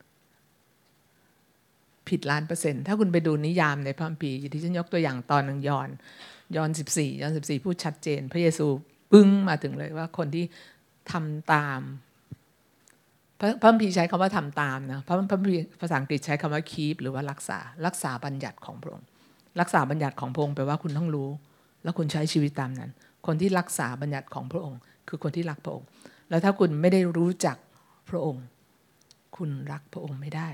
ผิดล้านเปอร์เซ็นต์ถ้าคุณไปดูนิยามในพระคัมภีร์ที่ฉันยกตัวอย่างตอนหนึ่งยอห์นยอห์นสิบสี่ยอห์นสิบสี่พูดชัดเจนพระเยซูปึ้งมาถึงเลยว่าคนที่ทำตามพระคัมภีร์ใช้คำว่าทำตามนะพระคัมภีร์ภาษาอังกฤษใช้คำว่า keep หรือว่ารักษารักษาบัญญัติของพระองค์รักษาบัญญัติของพระองค์แปลว่าคุณต้องรู้แล้วคุณใช้ชีวิตตามนั้นคนที่รักษาบัญญัติของพระองค์คือคนที่รักพระองค์แล้วถ้าคุณไม่ได้รู้จักพระองค์คุณรักพระองค์ไม่ได้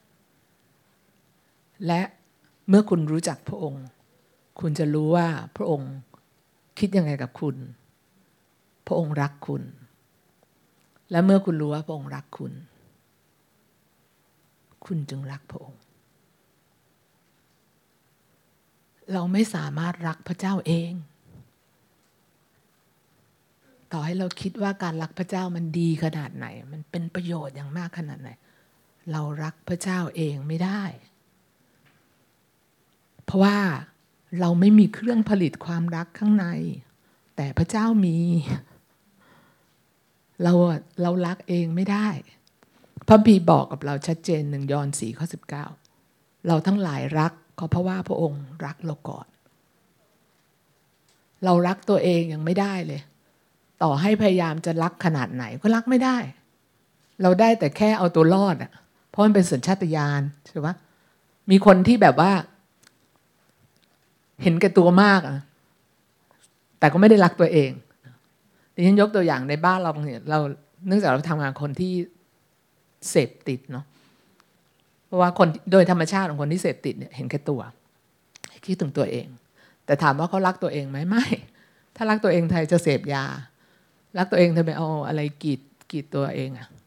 และเมื่อคุณรู้จักพระองค์คุณจะรู้ว่าพระองค์คิดยังไงกับคุณพระองค์รักคุณและเมื่อคุณรู้ว่าพระองค์รักคุณคุณจึงรักพระองค์เราไม่สามารถรักพระเจ้าเองต่อให้เราคิดว่าการรักพระเจ้ามันดีขนาดไหนมันเป็นประโยชน์อย่างมากขนาดไหนเรารักพระเจ้าเองไม่ได้เพราะว่าเราไม่มีเครื่องผลิตความรักข้างในแต่พระเจ้ามีเราเรารักเองไม่ได้พระคัมภีร์บอกกับเราชัดเจนหนึ่งยอห์นสี่ข้อสิบเก้าเราทั้งหลายรักก็เพราะว่าพระองค์รักเราก่อนเรารักตัวเองยังไม่ได้เลยต่อให้พยายามจะรักขนาดไหนก็รักไม่ได้เราได้แต่แค่เอาตัวรอดอ่ะเพราะมันเป็นสัญชาตญาณใช่ปะมีคนที่แบบว่าเห็นแก่ตัวมากอ่ะแต่ก็ไม่ได้รักตัวเองดิฉันยกตัวอย่างในบ้านเราเนี่ยเราเนื่องจากเราทำงานคนที่เสพติดเนาะเพราะว่าคนโดยธรรมชาติของคนที่เสพติดเนี่ยเห็นแก่ตัวคิดถึงตัวเองแต่ถามว่าเขารักตัวเองไหมไม่ถ้ารักตัวเองไทยจะเสพยารักตัวเองเธอไปเอาอะไรกีดกีดตัวเองอะ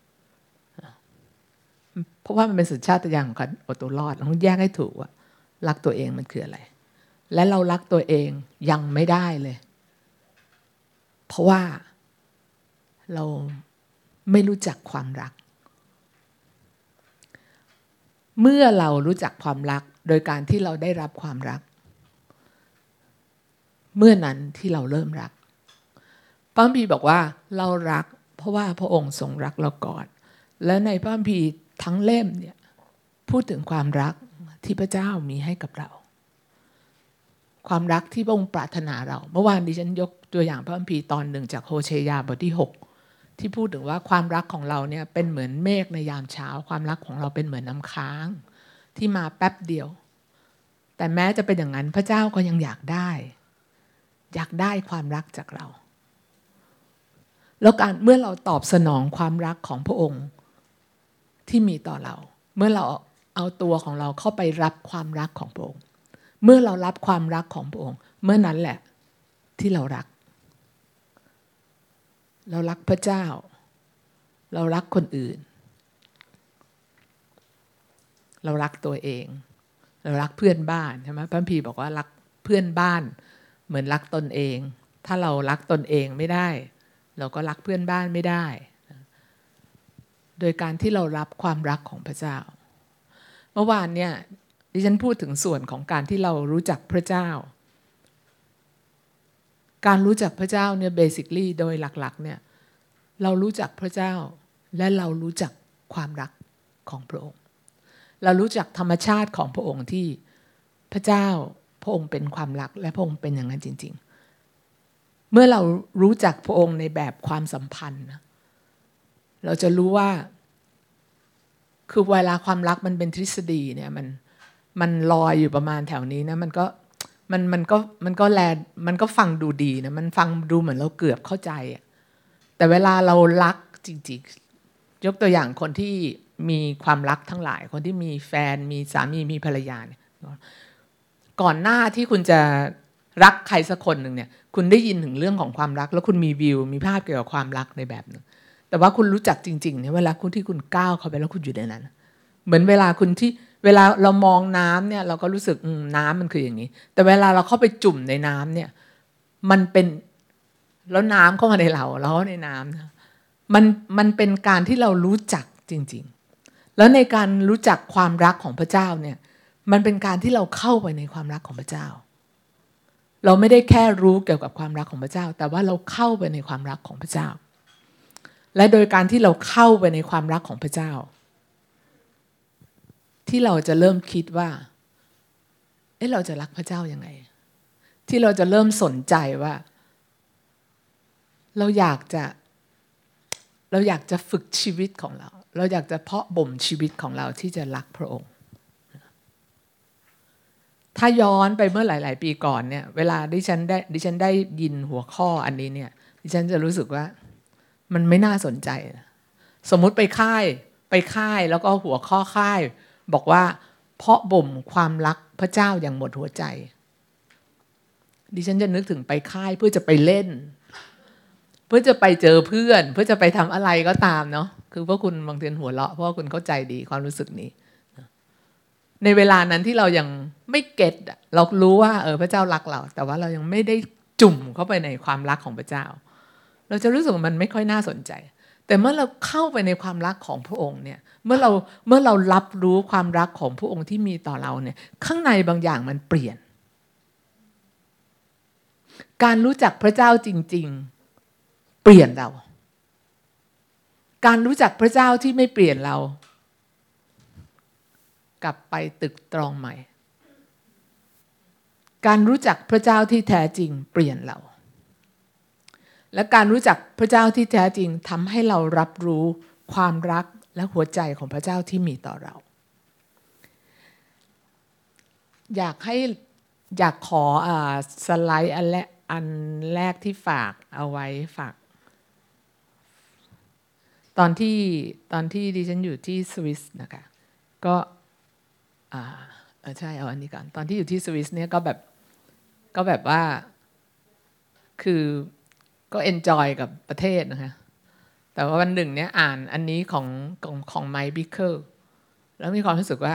เพราะว่ามันเป็นสัญชาตญาณของการเอาตัวรอดเราต้องแยกให้ถูกว่ารักตัวเองมันคืออะไรและเรารักตัวเองยังไม่ได้เลยเพราะว่าเราไม่รู้จักความรักเมื่อเรารู้จักความรักโดยการที่เราได้รับความรักเมื่อนั้นที่เราเริ่มรักพระคัมภีร์บอกว่าเรารักเพราะว่าพระองค์ทรงรักเราก่อนและในพระคัมภีร์ทั้งเล่มเนี่ยพูดถึงความรักที่พระเจ้ามีให้กับเราความรักที่พระองค์ปรารถนาเราเมื่อวานดิฉันยกตัวอย่างพระคัมภีร์ตอนหนึ่งจากโฮเชยาบทที่หกที่พูดถึงว่าความรักของเราเนี่ยเป็นเหมือนเมฆในยามเช้าความรักของเราเป็นเหมือนน้ำค้างที่มาแป๊บเดียวแต่แม้จะเป็นอย่างนั้นพระเจ้าก็ยังอยากได้อยากได้ความรักจากเราแล้วการเมื่อเราตอบสนองความรักของพระองค์ที่มีต่อเราเมื่อเราเอาตัวของเราเข้าไปรับความรักของพระองค์เมื่อเรารับความรักของพระองค์เมื่อนั้นแหละที่เรารักเรารักพระเจ้าเรารักคนอื่นเรารักตัวเองเรารักเพื่อนบ้านใช่ไหมพระพีบอกว่ารักเพื่อนบ้านเหมือนรักตนเองถ้าเรารักตนเองไม่ได้เราก็รักเพื่อนบ้านไม่ได้โดยการที่เรารับความรักของพระเจ้าเมื่อวานเนี่ยดิฉันพูดถึงส่วนของการที่เรารู้จักพระเจ้าการรู้จักพระเจ้าเนี่ย basically โดยหลักๆเนี่ยเรารู้จักพระเจ้าและเรารู้จักความรักของพระองค์เรารู้จักธรรมชาติของพระองค์ที่พระเจ้าพระองค์เป็นความรักและพระองค์เป็นอย่างนั้นจริงๆเมื่อเรารู้จักพระองค์ในแบบความสัมพันธ์นะเราจะรู้ว่าคือเวลาความรักมันเป็นทฤษฎีเนี่ยมันมันลอยอยู่ประมาณแถวนี้นะมันก็มันมันก็มันก็แลมันก็ฟังดูดีนะมันฟังดูเหมือนเราเกือบเข้าใจอะแต่เวลาเรารักจริงๆยกตัวอย่างคนที่มีความรักทั้งหลายคนที่มีแฟนมีสามีมีภรรยาเนี่ยก่อนหน้าที่คุณจะรักใครสักคนหนึ่งเนี่ยคุณได้ยินถึงเรื่องของความรักแล้วคุณมีวิวมีภาพเกี่ยวกับความรักในแบบนึงแต่ว่าคุณรู้จักจริงๆเนี่ยเวลาคุณที่คุณก้าวเข้าไปแล้วคุณอยู่ในนั้นเหมือนเวลาคุณที่เวลาเรามองน้ำเนี่ยเราก็รู้สึกน้ำมันคืออย่างนี้แต่เวลาเราเข้าไปจุ่มในน้ำเนี่ยมันเป็นแล้วน้ำเข้ามาในเราแล้วในน้ำนะมันมันเป็นการที่เรารู้จักจริงๆแล้วในการรู้จักความรักของพระเจ้าเนี่ยมันเป็นการที่เราเข้าไปในความรักของพระเจ้าเราไม่ได้แค่รู้เกี่ยวกับความรักของพระเจ้าแต่ว่าเราเข้าไปในความรักของพระเจ้าและโดยการที่เราเข้าไปในความรักของพระเจ้าที่เราจะเริ่มคิดว่าเอ๊ะเราจะรักพระเจ้ายังไงที่เราจะเริ่มสนใจว่าเราอยากจะเราอยากจะฝึกชีวิตของเราเราอยากจะเพาะบ่มชีวิตของเราที่จะรักพระองค์ถ้าย้อนไปเมื่อหลายๆปีก่อนเนี่ยเวลาดิฉันได้ดิฉันได้ยินหัวข้ออันนี้เนี่ยดิฉันจะรู้สึกว่ามันไม่น่าสนใจสมมุติไปค่ายไปค่ายแล้วก็หัวข้อค่ายบอกว่าเพาะบ่มความรักพระเจ้าอย่างหมดหัวใจดิฉันจะนึกถึงไปค่ายเพื่อจะไปเล่นเพื่อจะไปเจอเพื่อนเพื่อจะไปทำอะไรก็ตามเนาะคือพวกคุณบางทีหัวเราะเพราะว่าคุณเข้าใจดีความรู้สึกนี้ในเวลานั้นที่เรายังไม่เก็ตเรารู้ว่าเออพระเจ้ารักเราแต่ว่าเรายังไม่ได้จุ่มเข้าไปในความรักของพระเจ้าเราจะรู้สึกว่ามันไม่ค่อยน่าสนใจแต่เมื่อเราเข้าไปในความรักของพระองค์เนี่ยเมื่อเราเมื่อเรารับรู้ความรักของพระองค์ที่มีต่อเราเนี่ยข้างในบางอย่างมันเปลี่ยนการรู้จักพระเจ้าจริงๆเปลี่ยนเราการรู้จักพระเจ้าที่ไม่เปลี่ยนเรากลับไปตึกตรองใหม่การรู้จักพระเจ้าที่แท้จริงเปลี่ยนเราและการรู้จักพระเจ้าที่แท้จริงทำให้เรารับรู้ความรักและหัวใจของพระเจ้าที่มีต่อเราอยากให้อยากขออ่าสไลด์อันแรกอันแรกที่ฝากเอาไว้ฝากตอนที่ตอนที่ดิฉันอยู่ที่สวิสนะคะก็อ่าใช่เอาอันนี้ก่อนตอนที่อยู่ที่สวิสเนี่ยก็แบบก็แบบว่าคือก็เอนจอยกับประเทศนะคะแต่ว่าวันหนึ่งเนี่ยอ่านอันนี้ของของของไมค์บิคเคิลแล้วมีความรู้สึกว่า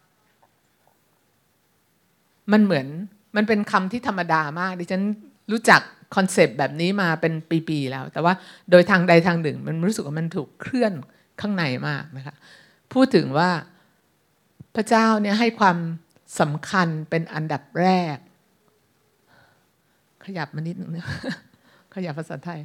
มันเหมือนมันเป็นคำที่ธรรมดามากดิฉันรู้จักคอนเซปต์แบบนี้มาเป็นปีๆแล้วแต่ว่าโดยทางใดทางหนึ่งมันรู้สึกว่ามันถูกเคลื่อนข้างในมากนะคะพูดถึงว่าพระเจ้าเนี่ยให้ความสำคัญเป็นอันดับแรกขยับมานิดนึงนะขยับภาษาไทย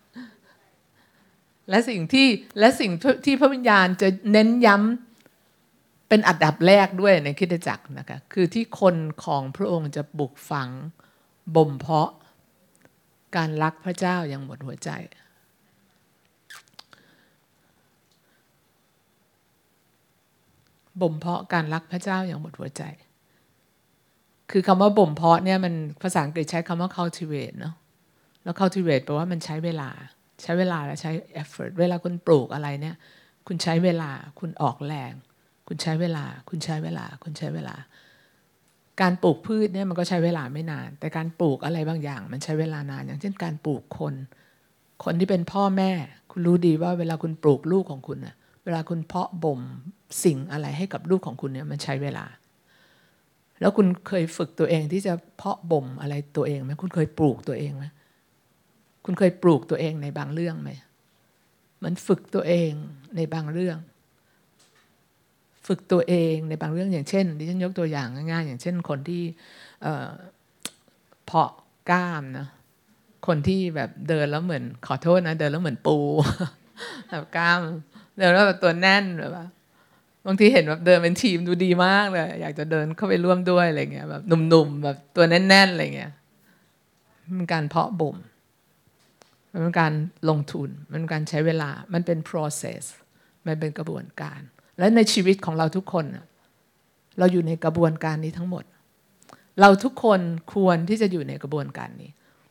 และสิ่งที่และสิ่งที่พระวิญญาณจะเน้นย้ำเป็นอันดับแรกด้วยในคริสตจักรนะคะคือที่คนของพระองค์จะปลูกฝังบ่มเพาะการรักพระเจ้าอย่างหมดหัวใจบ่มเพาะการรักพระเจ้าอย่างหมดหัวใจคือคำว่าบ่มเพาะเนี่ยมันภาษาอังกฤษใช้คำว่า cultivate เนาะแล้ว cultivate แปลว่ามันใช้เวลาใช้เวลาและใช้ effort เวลาคุณปลูกอะไรเนี่ยคุณใช้เวลาคุณออกแรงคุณใช้เวลาคุณใช้เวลาคุณใช้เวลาการปลูกพืชเนี่ยมันก็ใช้เวลาไม่นานแต่การปลูกอะไรบางอย่างมันใช้เวลานานอย่างเช่นการปลูกคนคนที่เป็นพ่อแม่คุณรู้ดีว่าเวลาคุณปลูกลูกของคุณน่ะเวลาคุณเพาะบ่มสิ่งอะไรให้กับลูกของคุณเนี่ยมันใช้เวลาแล้วคุณเคยฝึกตัวเองที่จะเพาะบ่มอะไรตัวเองไหมคุณเคยปลูกตัวเองไหมคุณเคยปลูกตัวเองในบางเรื่องไหมมันฝึกตัวเองในบางเรื่องฝึกตัวเองในบางเรื่องอย่างเช่นดิฉันยกตัวอย่างง่ายๆอย่างเช่นคนที่เพาะกล้ามนะคนที่แบบเดินแล้วเหมือนขอโทษนะเดินแล้วเหมือนปูแบบกล้ามเดินแล้วแบบตัวแน่นแบบว่าบางทีเห็นแบบเดินเป็นทีมดูดีมากเลยอยากจะเดินเข้าไปร่วมด้วยอะไรเงี้ยแบบหนุ่มๆแบบตัวแน่นๆอะไรเงี้ยมันการเพาะบ่มมันเป็นการลงทุนมันเป็นการใช้เวลามันเป็น process มันเป็นกระบวนการและในชีวิตของเราทุกคนเราอยู่ในกระบวนการนี้ทั้งหมดเราทุกคนควรที่จะอยู่ในกระบวนการนี้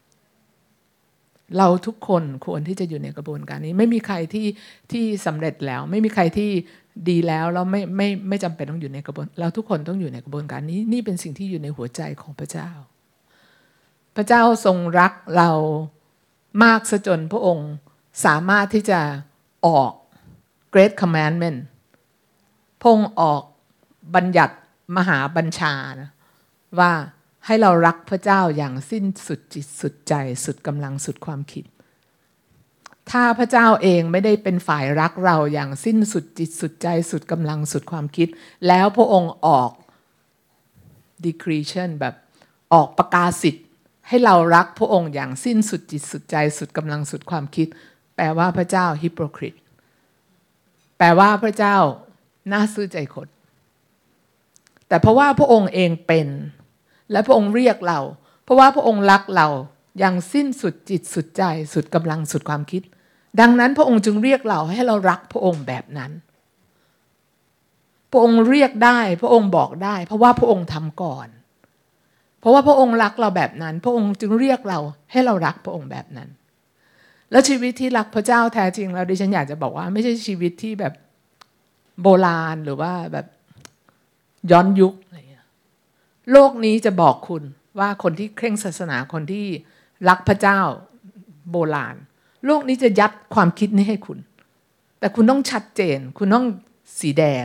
เราทุกคนควรที่จะอยู่ในกระบวนการนี้ไม่มีใครที่ที่สำเร็จแล้วไม่มีใครที่ดีแล้วแล้วไม่ไม่ไม่จำเป็นต้องอยู่ในกระบวนเราทุกคนต้องอยู่ในกระบวนการนี้นี่เป็นสิ่งที่อยู่ในหัวใจของพระเจ้าพระเจ้าทรงรักเรามากซะจนพระองค์สามารถที่จะออก Great Commandment พระองค์ออกบัญญัติมหาบัญชานะว่าให้เรารักพระเจ้าอย่างสิ้นสุดจิตสุดใจสุดกำลังสุดความคิดถ้าพระเจ้าเองไม่ได้เป็นฝ่ายรักเราอย่างสิ้นสุดจิตสุดใจสุดกำลังสุดความคิดแล้วพระองค์ออก decretion แบบออกประกาศสิทธิ์ให้เรารักพระองค์อย่างสิ้นสุดจิตสุดใจสุดกำลังสุดความคิดแปลว่าพระเจ้า hypocrite แปลว่าพระเจ้าน่าซื่อใจคดแต่เพราะว่าพระองค์เองเป็นและพระองค์เรียกเราเพราะว่าพระองค์รักเราอย่างสิ้นสุดจิตสุดใจสุดกำลังสุดความคิดดังนั้นพระองค์จึงเรียกเราให้เรารักพระองค์แบบนั้นพระองค์เรียกได้พระองค์บอกได้เพราะว่าพระองค์ทำก่อนเพราะว่าพระองค์รักเราแบบนั้นพระองค์จึงเรียกเราให้เรารักพระองค์แบบนั้นแล้วชีวิตที่รักพระเจ้าแท้จริงแล้วดิฉันอยากจะบอกว่าไม่ใช่ชีวิตที่แบบโบราณหรือว่าแบบย้อนยุคอะไรอย่างเงี้ยโลกนี้จะบอกคุณว่าคนที่เคร่งศาสนาคนที่รักพระเจ้าโบราณโลกนี้จะยัดความคิดนี้ให้คุณแต่คุณต้องชัดเจนคุณต้องสีแดง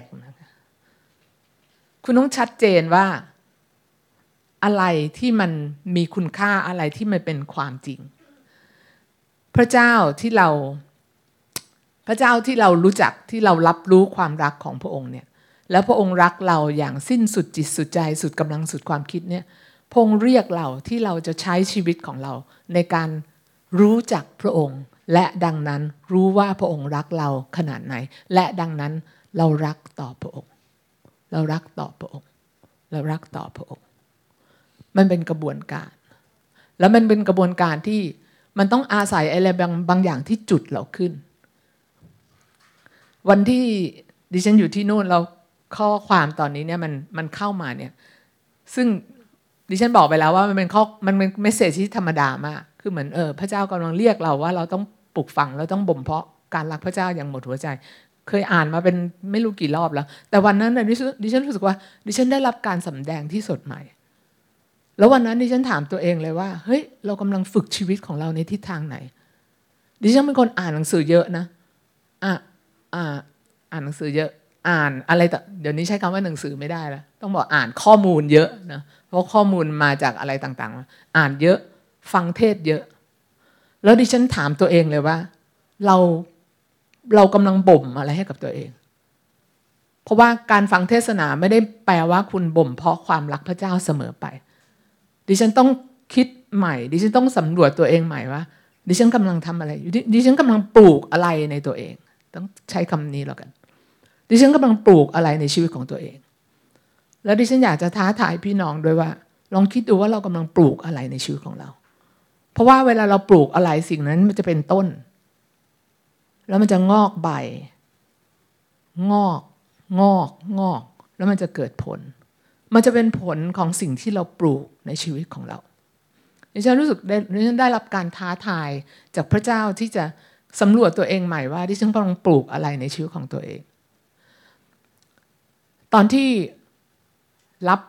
คุณต้องชัดเจนว่าอะไรที่มันมีคุณค่าอะไรที่มันเป็นความจริงพระเจ้าที่เราพระเจ้าที่เรารู้จักที่เรารับรู้ความรักของพระองค์เนี่ยแล้วพระองค์รักเราอย่างสิ้นสุดจิตสุดใจสุดกำลังสุดความคิดเนี่ยพระองค์เรียกเราที่เราจะใช้ชีวิตของเราในการรู้จักพระองค์และดังนั้นรู้ว่าพระองค์รักเราขนาดไหนและดังนั้นเรารักต่อพระองค์เรารักต่อพระองค์เรารักต่อพระองค์มันเป็นกระบวนการแล้วมันเป็นกระบวนการที่มันต้องอาศัยอะไรบางบางอย่างที่จุดเราขึ้นวันที่ดิฉันอยู่ที่นู่นเราข้อความตอนนี้เนี่ยมันมันเข้ามาเนี่ยซึ่งดิฉันบอกไปแล้วว่ามันเป็นข้อมันเป็นเมสเสจที่ธรรมดามากคือเหมือนเออพระเจ้ากำลังเรียกเราว่าเราต้องปลูกฝังเราต้องบ่มเพาะการรักพระเจ้าอย่างหมดหัวใจเคยอ่านมาเป็นไม่รู้กี่รอบแล้วแต่วันนั้นดิฉันดิฉันรู้สึกว่าดิฉันได้รับการสำแดงที่สดใหม่แล้ววันนั้นดิฉันถามตัวเองเลยว่าเฮ้ยเรากำลังฝึกชีวิตของเราในทิศทางไหนดิฉันเป็นคนอ่านหนังสือเยอะนะอ่ะอ่าอ่านหนังสือเยอะอ่านอะไรแต่เดี๋ยวนี้ใช้คำว่าหนังสือไม่ได้แล้วต้องบอกอ่านข้อมูลเยอะนะเพราะข้อมูลมาจากอะไรต่างๆอ่านเยอะฟังเทศเยอะแล้วดิฉันถามตัวเองเลยว่าเราเรากำลังบ่มอะไรให้กับตัวเองเพราะว่าการฟังเทศนาไม่ได้แปลว่าคุณบ่มเพาะความรักพระเจ้าเสมอไปดิฉันต้องคิดใหม่ดิฉันต้องสำรวจตัวเองใหม่ว่าดิฉันกำลังทำอะไรอยู่ดิฉันกำลังปลูกอะไรในตัวเองต้องใช้คำนี้แล้วกันดิฉันกำลังปลูกอะไรในชีวิตของตัวเองแล้วดิฉันอยากจะท้าทายพี่น้องด้วยว่าลองคิดดูว่าเรากำลังปลูกอะไรในชีวิตของเราเพราะว่าเวลาเราปลูกอะไรสิ่งนั้นมันจะเป็นต้นแล้วมันจะงอกใบงอกงอกงอกแล้วมันจะเกิดผลมันจะเป็นผลของสิ่งที่เราปลูกในชีวิตของเราดิฉันรู้สึกดิฉันได้รับการท้าทายจากพระเจ้าที่จะสำรวจตัวเองใหม่ว่าดิฉันกำลังปลูกอะไรในชีวิตของตัวเองตอนที่รับ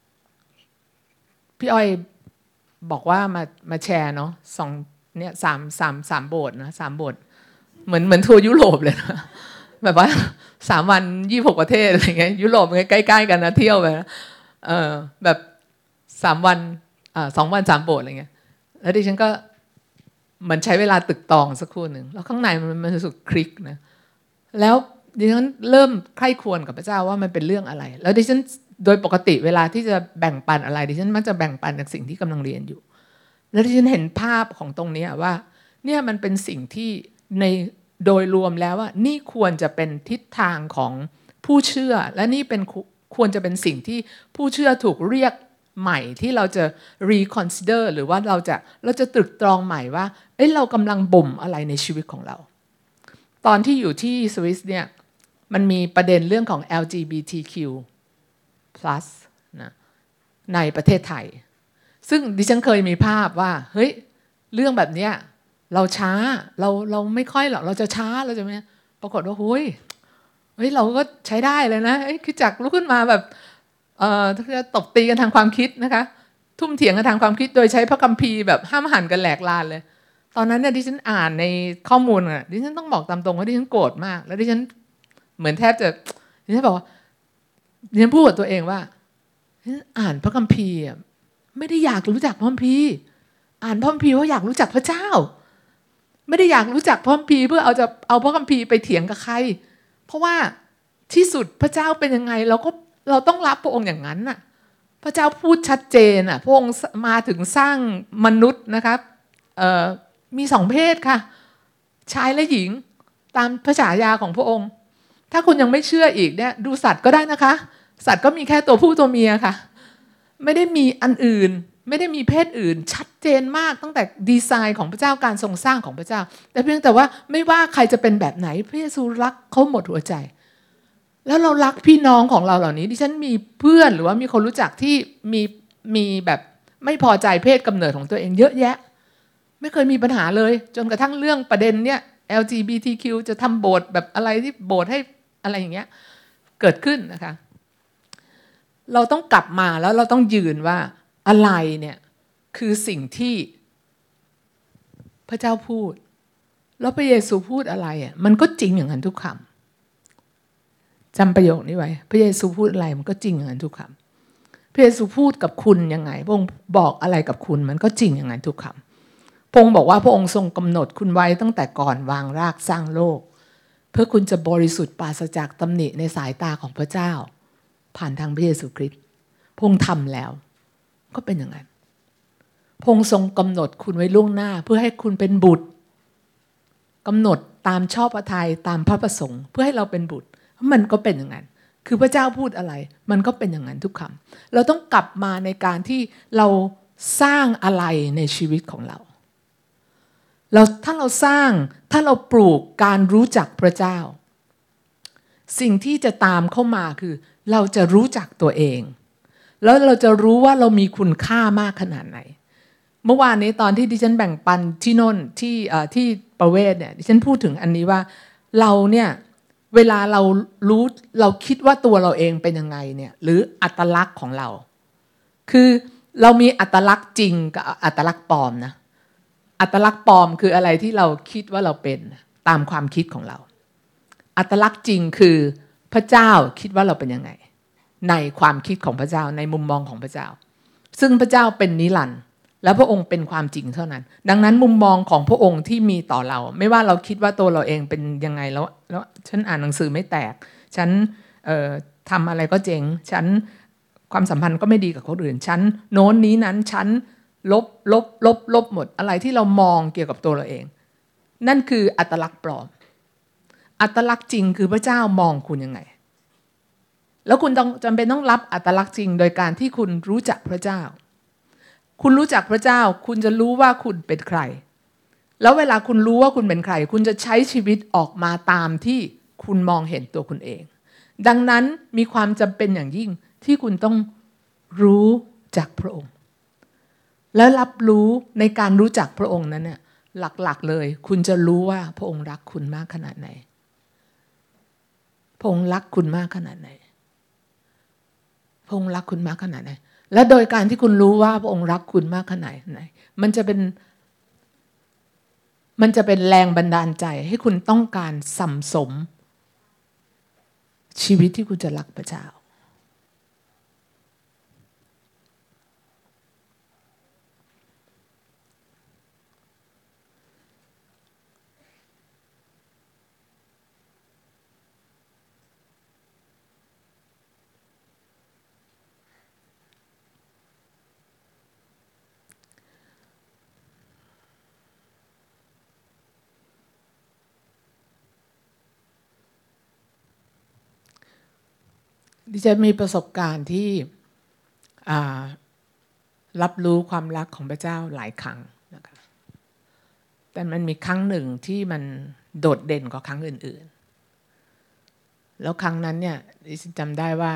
พี่อ้อยบอกว่ามามาแชร์เนาะสองเนี่ยสามสามสามโบสถ์นะสามโบสถ์เหมือนเหมือนทัวร์ยุโรปเลยนะแบบว่าสามวันยี่สิบหกประเทศอะไรเงี้ยยุโรปใกล้ๆกันนะเที่ยวไปเออแบบสามวันอ่าสองวันสามโบสถ์อะไรเงี้ยแล้วดิฉันก็เหมือนใช้เวลาตึกตองสักครู่หนึ่งแล้วข้างในมันมันรู้สึกคลิกนะแล้วดิฉันเริ่มใคร่ครวญกับพระเจ้าว่ามันเป็นเรื่องอะไรแล้วดิฉันโดยปกติเวลาที่จะแบ่งปันอะไรดิฉันมักจะแบ่งปันจากสิ่งที่กำลังเรียนอยู่แล้วดิฉันเห็นภาพของตรงนี้ว่าเนี่ยมันเป็นสิ่งที่ในโดยรวมแล้วว่านี่ควรจะเป็นทิศทางของผู้เชื่อและนี่เป็นควรจะเป็นสิ่งที่ผู้เชื่อถูกเรียกใหม่ที่เราจะ reconsider หรือว่าเราจะเราจะตรึกตรองใหม่ว่าเอ้ยเรากำลังบ่มอะไรในชีวิตของเราตอนที่อยู่ที่สวิสเนี่ยมันมีประเด็นเรื่องของ แอล จี บี ที คิว พลัส นะในประเทศไทยซึ่งดิฉันเคยมีภาพว่าเฮ้ยเรื่องแบบเนี้ยเราช้าเราเราไม่ค่อยหรอกเราจะช้าเราจะไม่ปรากฏว่าเฮ้ยเฮ้ยเราก็ใช้ได้เลยนะคือจากลุกขึ้นมาแบบเอ่อจะตบตีกันทางความคิดนะคะทุ่มเถียงกันทางความคิดโดยใช้พระคัมภีร์แบบห้ามหันกันแหลกลานเลยตอนนั้นเนี่ยดิฉันอ่านในข้อมูลอ่ะดิฉันต้องบอกตามตรงว่าดิฉันโกรธมากแล้วดิฉันเหมือนแทบจะดิฉันบอกว่าดิฉันพูดกับตัวเองว่าอ่านพระคัมภีร์ไม่ได้อยากรู้จักพระคัมภีร์อ่านพระคัมภีร์เพราะอยากรู้จักพระเจ้าไม่ได้อยากรู้จักพระคัมภีร์เพื่อเอาจะเอาพระคัมภีร์ไปเถียงกับใครเพราะว่าที่สุดพระเจ้าเป็นยังไงเราก็เราต้องรับพระองค์อย่างนั้นน่ะพระเจ้าพูดชัดเจนอ่ะพระองค์มาถึงสร้างมนุษย์นะครับมีสองเพศค่ะชายและหญิงตามพระฉายาของพระองค์ถ้าคุณยังไม่เชื่ออีกเนี่ยดูสัตว์ก็ได้นะคะสัตว์ก็มีแค่ตัวผู้ตัวเมียค่ะไม่ได้มีอันอื่นไม่ได้มีเพศอื่นชัดเจนมากตั้งแต่ดีไซน์ของพระเจ้าการทรงสร้างของพระเจ้าแต่เพียงแต่ว่าไม่ว่าใครจะเป็นแบบไหนพระเยซูรักเขาหมดหัวใจแล้วเรารักพี่น้องของเราเหล่านี้ดิฉันมีเพื่อนหรือว่ามีคนรู้จักที่มีมีแบบไม่พอใจเพศกำเนิดของตัวเองเยอะแยะไม่เคยมีปัญหาเลยจนกระทั่งเรื่องประเด็นเนี้ย แอล จี บี ที คิว จะทำโบสถ์แบบอะไรที่โบสถ์ให้อะไรอย่างเงี้ยเกิดขึ้นนะคะเราต้องกลับมาแล้วเราต้องยืนว่าอะไรเนี่ยคือสิ่งที่พระเจ้าพูดแล้วพระเยซูพูดอะไรอ่ะมันก็จริงอย่างนั้นทุกคำจำประโยคนี้ไว้พระเยซูพูดอะไรมันก็จริงอย่างนั้นทุกคำพระเยซูพูดกับคุณยังไงพระองค์บอกอะไรกับคุณมันก็จริงอย่างนั้นทุกคำพระองค์บอกว่าพระองค์ทรงกำหนดคุณไว้ตั้งแต่ก่อนวางรากสร้างโลกเพื่อคุณจะบริสุทธิ์ปราศจากตำหนิในสายตาของพระเจ้าผ่านทางพระเยซูคริสต์พระองค์ทำแล้วก็เป็นอย่างนั้นพระองค์ทรงกำหนดคุณไว้ล่วงหน้าเพื่อให้คุณเป็นบุตรกำหนดตามชอบพระทัยตามพระประสงค์เพื่อให้เราเป็นบุตรมันก็เป็นอย่างนั้นคือพระเจ้าพูดอะไรมันก็เป็นอย่างนั้นทุกคำเราต้องกลับมาในการที่เราสร้างอะไรในชีวิตของเราเราถ้าเราสร้างถ้าเราปลูกการรู้จักพระเจ้าสิ่งที่จะตามเข้ามาคือเราจะรู้จักตัวเองแล้วเราจะรู้ว่าเรามีคุณค่ามากขนาดไหนเมื่อวานนี้ตอนที่ดิฉันแบ่งปันที่โน่นที่ที่ประเวศเนี่ยดิฉันพูดถึงอันนี้ว่าเราเนี่ยเวลาเรารู้เราคิดว่าตัวเราเองเป็นยังไงเนี่ยหรืออัตลักษณ์ของเราคือเรามีอัตลักษณ์จริงกับอัตลักษณ์ปลอมนะอัตลักษณ์ปลอมคืออะไรที่เราคิดว่าเราเป็นตามความคิดของเราอัตลักษณ์จริงคือพระเจ้าคิดว่าเราเป็นยังไงในความคิดของพระเจ้าในมุมมองของพระเจ้าซึ่งพระเจ้าเป็นนิรันดร์และพระองค์เป็นความจริงเท่านั้นดังนั้นมุมมองของพระองค์ที่มีต่อเราไม่ว่าเราคิดว่าตัวเราเองเป็นยังไงแล้วแล้วฉันอ่านหนังสือไม่แตกฉันเอ่อทำอะไรก็เจ๊งฉันความสัมพันธ์ก็ไม่ดีกับคนอื่นฉันโน้นนี้นั้นฉันลบลบลบลบหมดอะไรที่เรามองเกี่ยวกับตัวเราเองนั่นคืออัตลักษณ์ปลอมอัตลักษณ์จริงคือพระเจ้ามองคุณยังไงแล้วคุณต้องจำเป็นต้องรับอัตลักษณ์จริงโดยการที่คุณรู้จักพระเจ้าคุณรู้จักพระเจ้าคุณจะรู้ว่าคุณเป็นใครแล้วเวลาคุณรู้ว่าคุณเป็นใครคุณจะใช้ชีวิตออกมาตามที่คุณมองเห็นตัวคุณเองดังนั้นมีความจำเป็นอย่างยิ่งที่คุณต้องรู้จักพระองค์และรับรู้ในการรู้จักพระองค์นั้นเนี่ยหลักๆเลยคุณจะรู้ว่าพระองค์รักคุณมากขนาดไหนพระองค์รักคุณมากขนาดไหนพระองค์รักคุณมากขนาดไหนและโดยการที่คุณรู้ว่าพระองค์รักคุณมากขนาดไหนมันจะเป็นมันจะเป็นแรงบันดาลใจให้คุณต้องการสั่มสมชีวิตที่คุณจะรักพระเจ้าดิฉันมีประสบการณ์ที่รับรู้ความรักของพระเจ้าหลายครั้งนะคะแต่มันมีครั้งหนึ่งที่มันโดดเด่นกว่าครั้งอื่นๆแล้วครั้งนั้นเนี่ยดิฉันจำได้ว่า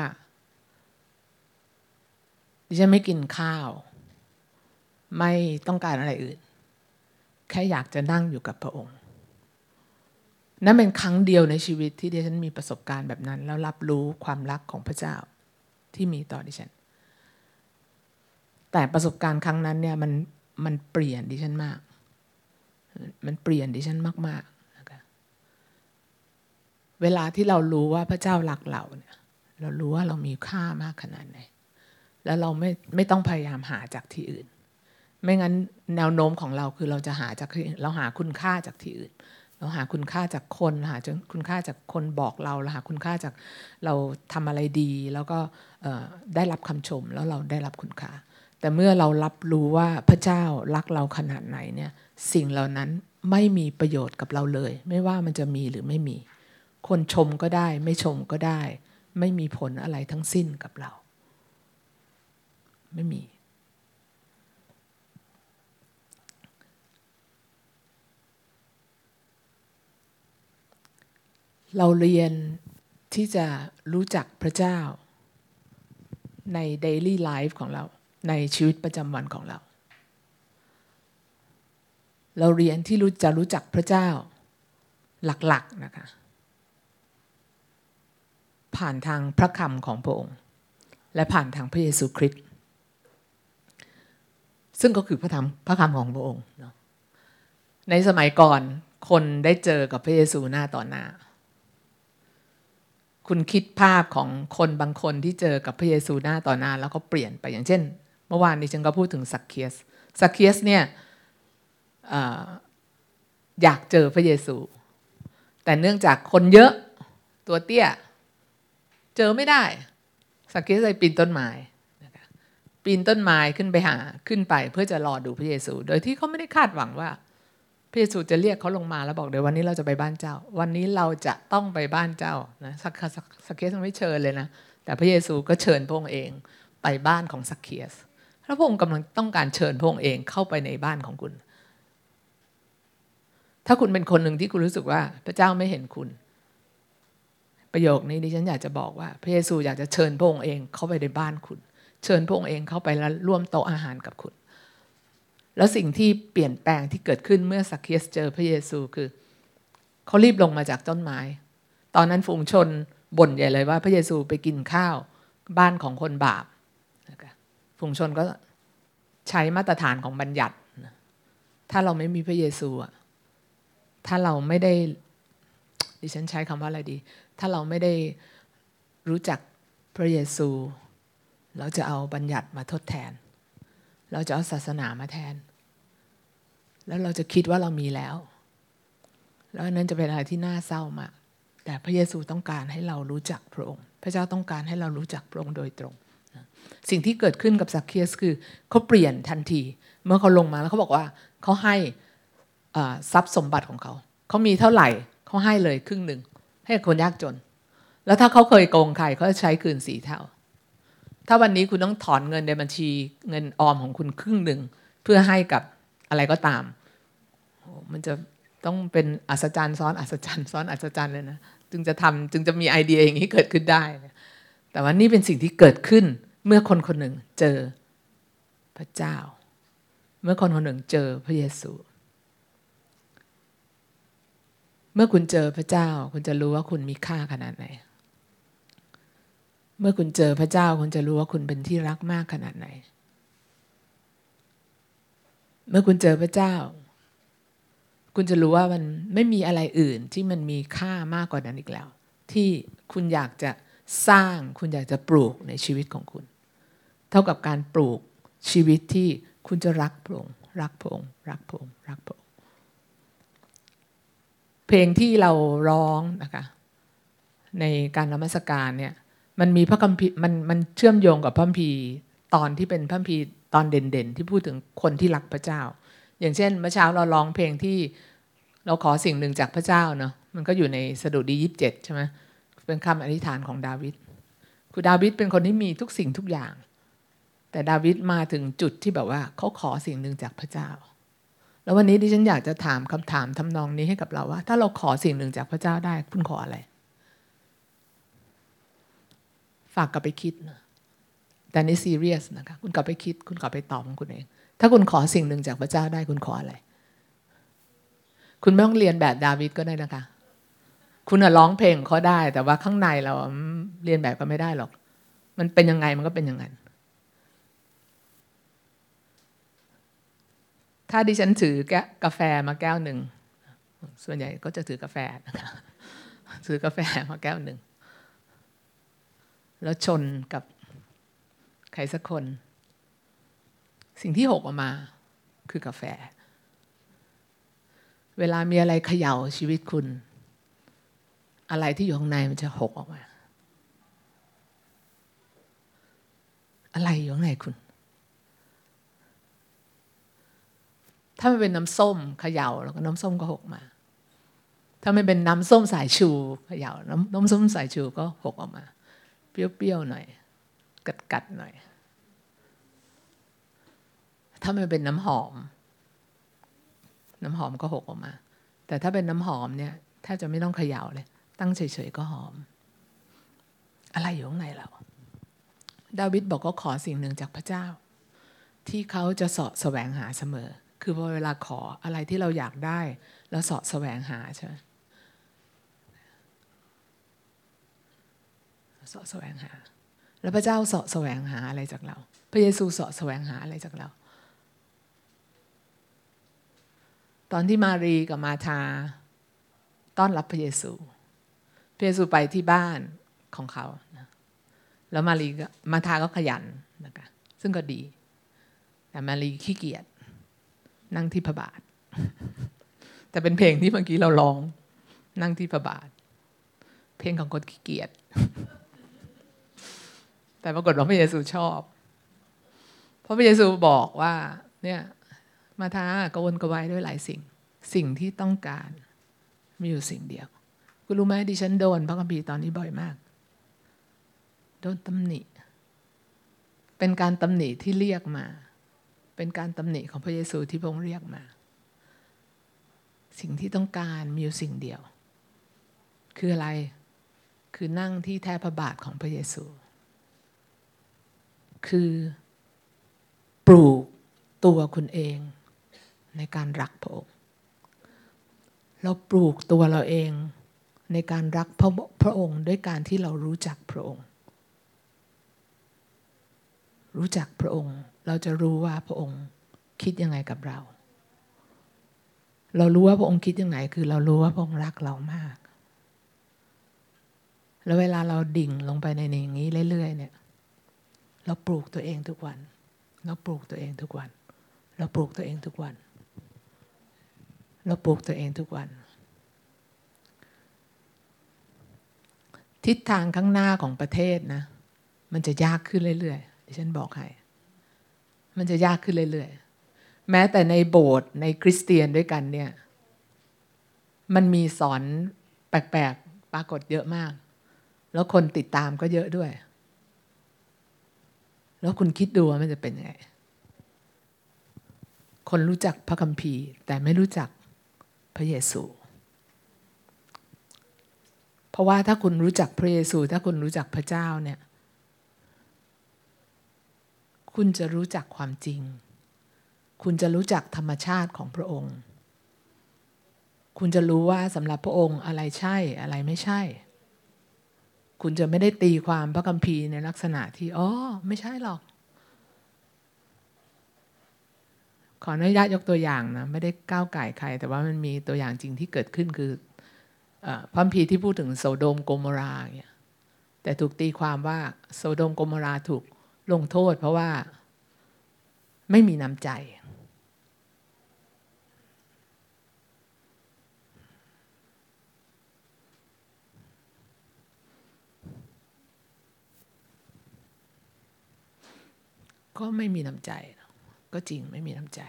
ดิฉันไม่กินข้าวไม่ต้องการอะไรอื่นแค่อยากจะนั่งอยู่กับพระองค์นั่นเป็นครั้งเดียวในชีวิตที่ดิฉันมีประสบการณ์แบบนั้นแล้วรับรู้ความรักของพระเจ้าที่มีต่อดิฉันแต่ประสบการณ์ครั้งนั้นเนี่ยมันมันเปลี่ยนดิฉันมากมันเปลี่ยนดิฉันมากๆนะคะเวลาที่เรารู้ว่าพระเจ้ารักเราเนี่ยเรารู้ว่าเรามีค่ามากขนาดไหนแล้วเราไม่ไม่ต้องพยายามหาจากที่อื่นไม่งั้นแนวโน้มของเราคือเราจะหาจากที่อื่นเราหาคุณค่าจากที่อื่นเราหาคุณค่าจากคนหาคุณค่าจากคนบอกเราเราหาคุณค่าจากเราทำอะไรดีแล้วก็ได้รับคำชมแล้วเราได้รับคุณค่าแต่เมื่อเรารับรู้ว่าพระเจ้ารักเราขนาดไหนเนี่ยสิ่งเหล่านั้นไม่มีประโยชน์กับเราเลยไม่ว่ามันจะมีหรือไม่มีคนชมก็ได้ไม่ชมก็ได้ไม่มีผลอะไรทั้งสิ้นกับเราไม่มีเราเรียนที่จะรู้จักพระเจ้าใน daily life ของเราในชีวิตประจำวันของเราเราเรียนที่รู้จะรู้จักพระเจ้าหลักๆนะคะผ่านทางพระคำของพระองค์และผ่านทางพระเยซูคริสต์ซึ่งก็คือพระธรรมพระคำของพระองค์เนาะในสมัยก่อนคนได้เจอกับพระเยซูหน้าต่อหน้าคุณคิดภาพของคนบางคนที่เจอกับพระเยซูหน้าต่อหน้าแล้วก็เปลี่ยนไปอย่างเช่นเมื่อวานนี้ฉันก็พูดถึงซักเคียสซักเคียสเนี่ย อ, อยากเจอพระเยซูแต่เนื่องจากคนเยอะตัวเตี้ยเจอไม่ได้ซักเคียสเลยปีนต้นไม้ปีนต้นไม้ขึ้นไปหาขึ้นไปเพื่อจะรอดูพระเยซูโดยที่เขาไม่ได้คาดหวังว่าพระเยซูจะเรียกเขาลงมาแล้วบอกเดี๋ยววันนี้เราจะไปบ้านเจ้าวันนี้เราจะต้องไปบ้านเจ้านะซักซักเคียสไม่เชิญเลยนะแต่พระเยซูก็เชิญพระองค์เองไปบ้านของซักเคียสแล้วพระองค์กำลังต้องการเชิญพระองค์เองเข้าไปในบ้านของคุณถ้าคุณเป็นคนหนึ่งที่คุณรู้สึกว่าพระเจ้าไม่เห็นคุณประโยคนี้ดิฉันอยากจะบอกว่าพระเยซูอยากจะเชิญพระองค์เองเข้าไปในบ้านคุณเชิญพระองค์เองเข้าไปแล้วร่วมโต๊ะอาหารกับคุณแล้วสิ่งที่เปลี่ยนแปลงที่เกิดขึ้นเมื่อซักเคียสเจอพระเยซูคือเขารีบลงมาจากต้นไม้ตอนนั้นฝูงชนบ่นใหญ่เลยว่าพระเยซูไปกินข้าวบ้านของคนบาปฝูงชนก็ใช้มาตรฐานของบัญญัติถ้าเราไม่มีพระเยซูอะถ้าเราไม่ได้ดิฉันใช้คำว่าอะไรดีถ้าเราไม่ได้รู้จักพระเยซูเราจะเอาบัญญัติมาทดแทนเราจะเอาศาสนามาแทนแล้วเราจะคิดว่าเรามีแล้วแล้วนั้นจะเป็นอะไรที่น่าเศร้ามากแต่พระเยซูต้องการให้เรารู้จักพระองค์พระเจ้าต้องการให้เรารู้จักพระองค์โดยตรงสิ่งที่เกิดขึ้นกับซักเคียสคือเขาเปลี่ยนทันทีเมื่อเขาลงมาแล้วเขาบอกว่าเขาให้ทรัพย์สมบัติของเขาเขามีเท่าไหร่เขาให้เลยครึ่งหนึ่งให้คนยากจนแล้วถ้าเขาเคยโกงใครเขาจะใช้คืนสี่เท่าถ้าวันนี้คุณต้องถอนเงินในบัญชีเงินออมของคุณครึ่งหนึ่งเพื่อให้กับอะไรก็ตามมันจะต้องเป็นอัศจรรย์ซ้อนอัศจรรย์ซ้อนอัศจรรย์เลยนะจึงจะทำจึงจะมีไอเดียอย่างนี้เกิดขึ้นได้แต่ว่านี่เป็นสิ่งที่เกิดขึ้นเมื่อคนคนหนึ่งเจอพระเจ้าเมื่อคนคนหนึ่งเจอพระเยซูเมื่อคุณเจอพระเจ้าคุณจะรู้ว่าคุณมีค่าขนาดไหนเมื่อคุณเจอพระเจ้าคุณจะรู้ว่าคุณเป็นที่รักมากขนาดไหนเมื่อคุณเจอพระเจ้าคุณจะรู้ว่ามันไม่มีอะไรอื่นที่มันมีค่ามากกว่านั้นอีกแล้วที่คุณอยากจะสร้างคุณอยากจะปลูกในชีวิตของคุณเท่ากับการปลูกชีวิตที่คุณจะรักพระองค์รักพระองค์รักพระองค์รักพระองค์เพลงที่เราร้องนะคะในการนมัสการเนี่ยมันมีพระคัมภีร์มันมันเชื่อมโยงกับพระคัมภีร์ตอนที่เป็นพระคัมภีร์ตอนเด่นๆที่พูดถึงคนที่รักพระเจ้าอย่างเช่นเมื่อเช้าเราร้องเพลงที่เราขอสิ่งหนึ่งจากพระเจ้าเนาะมันก็อยู่ในสดุดียี่สิบเจ็ดใช่ไหมเป็นคำอธิษฐานของดาวิดคือดาวิดเป็นคนที่มีทุกสิ่งทุกอย่างแต่ดาวิดมาถึงจุดที่แบบว่าเขาขอสิ่งหนึ่งจากพระเจ้าแล้ววันนี้ดิฉันอยากจะถามคำถามทำนองนี้ให้กับเราว่าถ้าเราขอสิ่งหนึ่งจากพระเจ้าได้คุณขออะไรฝากกลับไปคิดนะแต่นี่ซีเรียสนะคะคุณกลับไปคิดคุณกลับไปตอบของคุณเองถ้าคุณขอสิ่งหนึ่งจากพระเจ้าได้คุณขออะไรคุณไม่ต้องเรียนแบบดาวิดก็ได้นะคะคุณร้องเพลงเขาได้แต่ว่าข้างในเราเรียนแบบก็ไม่ได้หรอกมันเป็นยังไงมันก็เป็นอย่างนั้นถ้าดิฉันถือกาแฟมาแก้วหนึ่งส่วนใหญ่ก็จะถือกาแฟนะคะถือกาแฟมาแก้วหนึ่งแล้วชนกับใครสักคนสิ่งที่หกออกมาคือกาแฟเวลามีอะไรเขย่าชีวิตคุณอะไรที่อยู่ข้างในมันจะหกออกมาอะไรอยู่ข้างในคุณถ้ามันเป็นน้ำส้มเขย่าแล้วก็น้ำส้มก็หกมาถ้ามันเป็นน้ำส้มสายชูเขย่าน้ำน้ำส้มสายชูก็หกออกมาเปรี้ยวๆหน่อยกัดๆหน่อยถ้ามันเป็นน้ำหอมน้ำหอมก็หกออกมาแต่ถ้าเป็นน้ำหอมเนี่ยแทบจะไม่ต้องเขย่าเลยตั้งเฉยๆก็หอมอะไรอยู่ข้างในเราดาวิดบอกก็ขอสิ่งหนึ่งจากพระเจ้าที่เขาจะเสาะแสวงหาเสมอคือพอเวลาขออะไรที่เราอยากได้แล้วเสาะแสวงหาใช่ไหมเสาะแสวงหาแล้วพระเจ้าเสาะแสวงหาอะไรจากเราพระเยซูเสาะแสวงหาอะไรจากเราตอนที่มารีกับมาธาต้อนรับพระเยซูพระเยซูไปที่บ้านของเขาแล้วมารีก็มาธาก็ขยันนะคะซึ่งก็ดีแต่มารีขี้เกียจนั่งที่พระบาทแต่เป็นเพลงที่เมื่อกี้เราร้องนั่งที่พระบาทเพลงของคนขี้เกียจแต่ปรากฏว่าพระเยซูชอบเพราะพระเยซูบอกว่าเนี่ยมาธากระวนกระวายด้วยหลายสิ่งสิ่งที่ต้องการมีอยู่สิ่งเดียวคุณรู้ไหมดิฉันโดนพระคัมภีร์ตอนนี้บ่อยมากโดนตำหนิเป็นการตำหนิที่เรียกมาเป็นการตำหนิของพระเยซูที่พระองค์เรียกมาสิ่งที่ต้องการมีอยู่สิ่งเดียวคืออะไรคือนั่งที่แท้พระบาทของพระเยซูคือปลูกตัวคุณเองในการรักพระองค์เราปลูกตัวเราเองในการรักพระพระองค์ด้วยการที่เรารู้จักพระองค์รู้จักพระองค์เราจะรู้ว่าพระองค์คิดยังไงกับเราเรารู้ว่าพระองค์คิดยังไงคือเรารู้ว่าพระองค์รักเรามากแล้วเวลาเราดิ่งลงไปในอย่างนี้เรื่อยๆเนี่ยเราปลูกตัวเองทุกวันเราปลูกตัวเองทุกวันเราปลูกตัวเองทุกวันเราปลูกตัวเองทุกวันทิศทางข้างหน้าของประเทศนะมันจะยากขึ้นเรื่อยๆดิฉันบอกให้มันจะยากขึ้นเรื่อยๆแม้แต่ในโบสถ์ในคริสเตียนด้วยกันเนี่ยมันมีสอนแปลกๆปรากฏเยอะมากแล้วคนติดตามก็เยอะด้วยแล้วคุณคิดดูว่ามันจะเป็นยังไงคนรู้จักพระคัมภีร์แต่ไม่รู้จักพระเยซูเพราะว่าถ้าคุณรู้จักพระเยซูถ้าคุณรู้จักพระเจ้าเนี่ยคุณจะรู้จักความจริงคุณจะรู้จักธรรมชาติของพระองค์คุณจะรู้ว่าสำหรับพระองค์อะไรใช่อะไรไม่ใช่คุณจะไม่ได้ตีความพระคัมภีร์ในลักษณะที่อ๋อไม่ใช่หรอกขออนุญาตยกตัวอย่างนะไม่ได้ก้าวไก่ใครแต่ว่ามันมีตัวอย่างจริงที่เกิดขึ้นคือพระคัมภีร์ที่พูดถึงโซโดมโกโมราเนี่ยแต่ถูกตีความว่าโซโดมโกโมราถูกลงโทษเพราะว่าไม่มีน้ำใจก็ไม่มีน้ำใจก็จริงไม่มีน้ำใจ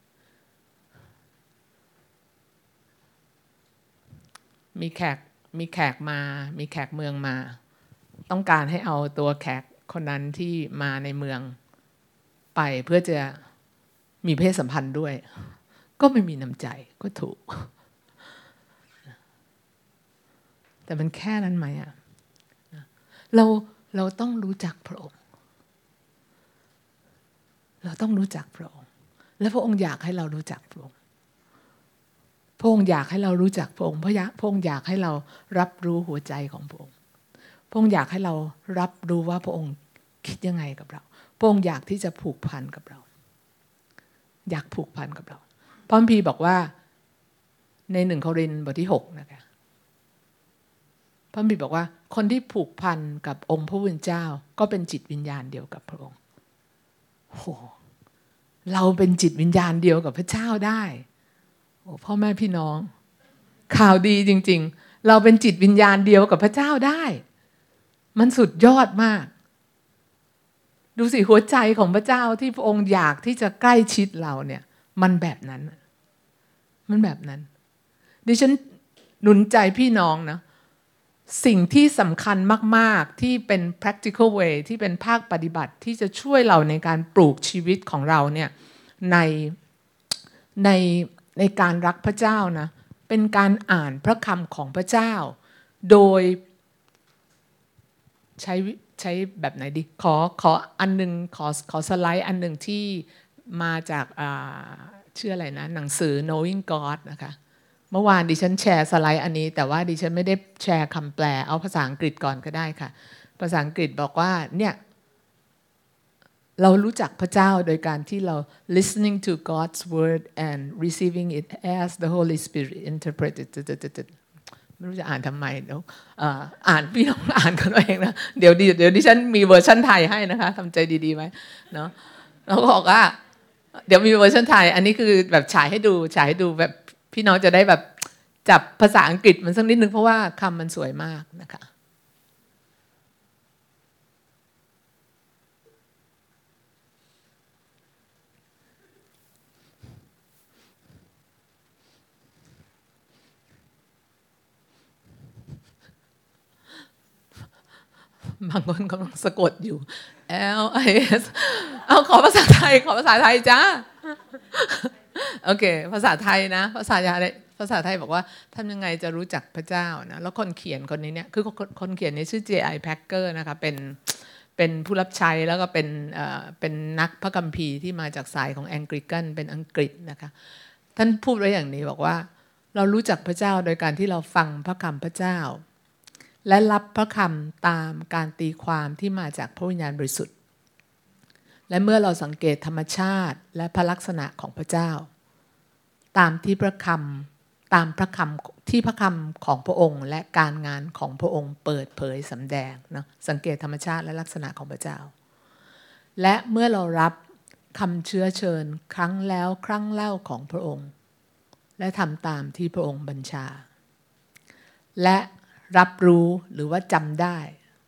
มีแขกมีแขกมามีแขกเมืองมาต้องการให้เอาตัวแขกคนนั้นที่มาในเมืองไปเพื่อจะมีเพศสัมพันธ์ด้วยก็ไม่มีน้ำใจก็ถูกแต่มันแค่นั้นไหมอ่ะเราเราต้องรู้จักพระองค์เราต้องรู้จักพระองค์และพระองค์อยากให้เรารู้จักพระองค์พระองค์อยากให้เรารู้จักพระองค์เพราะพระองค์อยากให้เรารับรู้หัวใจของพระองค์พระองค์อยากให้เรารับรู้ว่าพระองค์คิดยังไงกับเราพระองค์อยากที่จะผูกพันกับเราอยากผูกพันกับเราพระคัมภีร์บอกว่าในหนึ่งโครินธ์บทที่หกนะคะพระคัมภีร์บอกว่าคนที่ผูกพันกับองค์พระผู้เป็นเจ้าก็เป็นจิตวิญญาณเดียวกับพระองค์โอ้เราเป็นจิตวิญญาณเดียวกับพระเจ้าได้โอ้พ่อแม่พี่น้องข่าวดีจริงๆเราเป็นจิตวิญญาณเดียวกับพระเจ้าได้มันสุดยอดมากดูสิหัวใจของพระเจ้าที่พระองค์อยากที่จะใกล้ชิดเราเนี่ยมันแบบนั้นมันแบบนั้นดิฉันหนุนใจพี่น้องนะสิ่งที่สำคัญมากๆที่เป็น practical way ที่เป็นภาคปฏิบัติที่จะช่วยเราในการปลูกชีวิตของเราเนี่ยในในในการรักพระเจ้านะเป็นการอ่านพระคำของพระเจ้าโดยใช้ใช้แบบไหนดีขอขออันนึงขอขอสไลด์อันนึงที่มาจากชื่ออะไรนะหนังสือ knowing God นะคะเมื่อวานดิฉันแชร์สไลด์อันนี้แต่ว่าดิฉันไม่ได้แชร์คำแปลเอาภาษาอังกฤษก่อนก็ได้ค่ะภาษาอังกฤษบอกว่าเนี่ยเรารู้จักพระเจ้าโดยการที่เรา listening to God's word and receiving it as the Holy Spirit interpreted ไม่รู้จะอ่านทำไมเดี๋ยวอ่านพี่น้องอ่านกันเองนะเดี๋ยวเดี๋ยวดิฉันมีเวอร์ชันไทยให้นะคะทำใจดีๆไว้เนาะแล้วก็บอกว่าเดี๋ยวมีเวอร์ชันไทยอันนี้คือแบบฉายให้ดูฉายให้ดูแบบพี่น้องจะได้แบบจับภาษาอังกฤษมันสักนิดนึงเพราะว่าคำมันสวยมากนะคะบางคนกำลังสะกดอยู่ L I S เอาขอภาษาไทยขอภาษาไทยจ้าโอเคภาษาไทยนะภาษาอะไรภาษาไทยบอกว่าทำยังไงจะรู้จักพระเจ้านะแล้วคนเขียนคนนี้เนี่ยคือคนเขียนนี้ชื่อ เจ ไอ Packer นะคะเป็นเป็นผู้รับใช้แล้วก็เป็นเอ่อเป็นนักพระคัมภีร์ที่มาจากสายของแองกิกันเป็นอังกฤษนะคะท่านพูดไว้อย่างนี้บอกว่าเรารู้จักพระเจ้าโดยการที่เราฟังพระคำพระเจ้าและรับพระคำตามการตีความที่มาจากพระวิญญาณบริสุทธิ์และเมื่อเราสังเกตธรรมชาติและพระลักษณะของพระเจ้าตามที่พระคำตามพระคำที่พระคำของพระองค์และการงานของพระองค์เปิดเผยสำแดงเนาะสังเกตธรรมชาติและลักษณะของพระเจ้าและเมื่อเรารับคำเชื้อเชิญครั้งแล้วครั้งเล่าของพระองค์และทำตามที่พระองค์บัญชาและรับรู้หรือว่าจำได้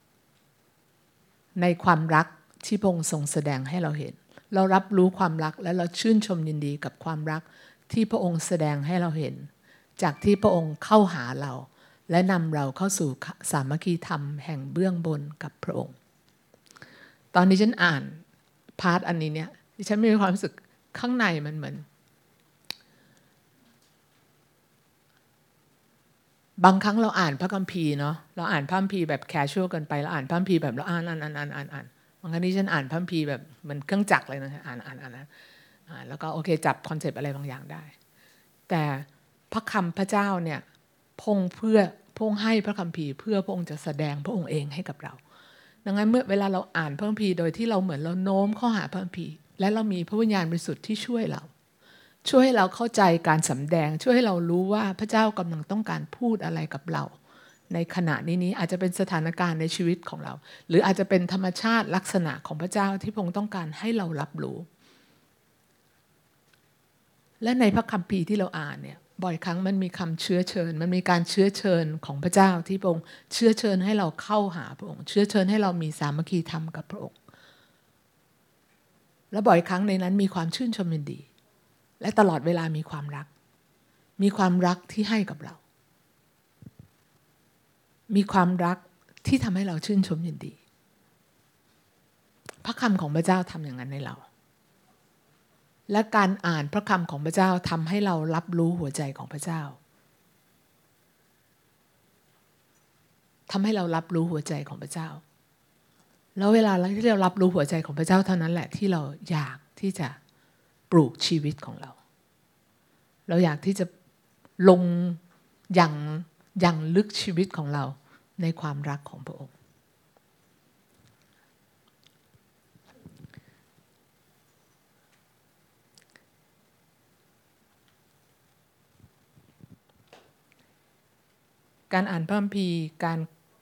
ในความรักที่พระองค์ทรงแสดงให้เราเห็นเรารับรู้ความรักและเราชื่นชมยินดีกับความรักที่พระองค์แสดงให้เราเห็นจากที่พระองค์เข้าหาเราและนำเราเข้าสู่สามัคคีธรรมแห่งเบื้องบนกับพระองค์ตอนนี้ฉันอ่านพาร์ทอันนี้เนี่ยฉันมีความรู้สึกข้างในมันเหมือนบางครั้งเราอ่านพระคัมภีร์เนาะเราอ่านพระคัมภีร์แบบแคชชวลกันไปเราอ่านพระคัมภีร์แบบเราอ่านอ่านอ่านอ่านอ่านอ่านบางครั้งที่ฉันอ่านพระคัมภีร์แบบมันเครื่องจักรเลยนะอ่านอ่านอ่านอ่านแล้วก็โอเคจับคอนเซปต์อะไรบางอย่างได้แต่พระคำพระเจ้าเนี่ยพงเพื่อพงให้พระคัมภีร์เพื่อพระองค์จะแสดงพระองค์เองให้กับเราดังนั้นเมื่อเวลาเราอ่านพระคัมภีร์โดยที่เราเหมือนเราโน้มเข้าหาพระคัมภีร์และเรามีพระวิญญาณบริสุทธิ์ที่ช่วยเราช่วยให้เราเข้าใจการสำแดงช่วยให้เรารู้ว่าพระเจ้ากำลังต้องการพูดอะไรกับเราในขณะนี้นี้อาจจะเป็นสถานการณ์ในชีวิตของเราหรืออาจจะเป็นธรรมชาติลักษณะของพระเจ้าที่พระองค์ต้องการให้เรารับรู้และในพระคัมภีร์ที่เราอ่านเนี่ยบ่อยครั้งมันมีคำเชื้อเชิญมันมีการเชื้อเชิญของพระเจ้าที่พระองค์เชื้อเชิญให้เราเข้าหาพระองค์เชื้อเชิญให้เรามีสามัคคีธรรมกับพระองค์และบ่อยครั้งในนั้นมีความชื่นชมยินดีและตลอดเวลามีความรักมีความรักที่ให้กับเรามีความรักที่ทำให้เราชื่นชมยินดีพระคำของพระเจ้าทำอย่างนั้นในเราและการอ่านพระคำของพระเจ้าทำให้เรารับรู้หัวใจของพระเจ้าทำให้เรารับรู้หัวใจของพระเจ้าแล้วเวลาที่เรารับรู้หัวใจของพระเจ้าเท่านั้นแหละที่เราอยากที่จะปลูกชีวิตของเราเราอยากที่จะลงอย่างอย่างลึกชีวิตของเราในความรักของพระองค์การอ่านพระคัมภีร์การ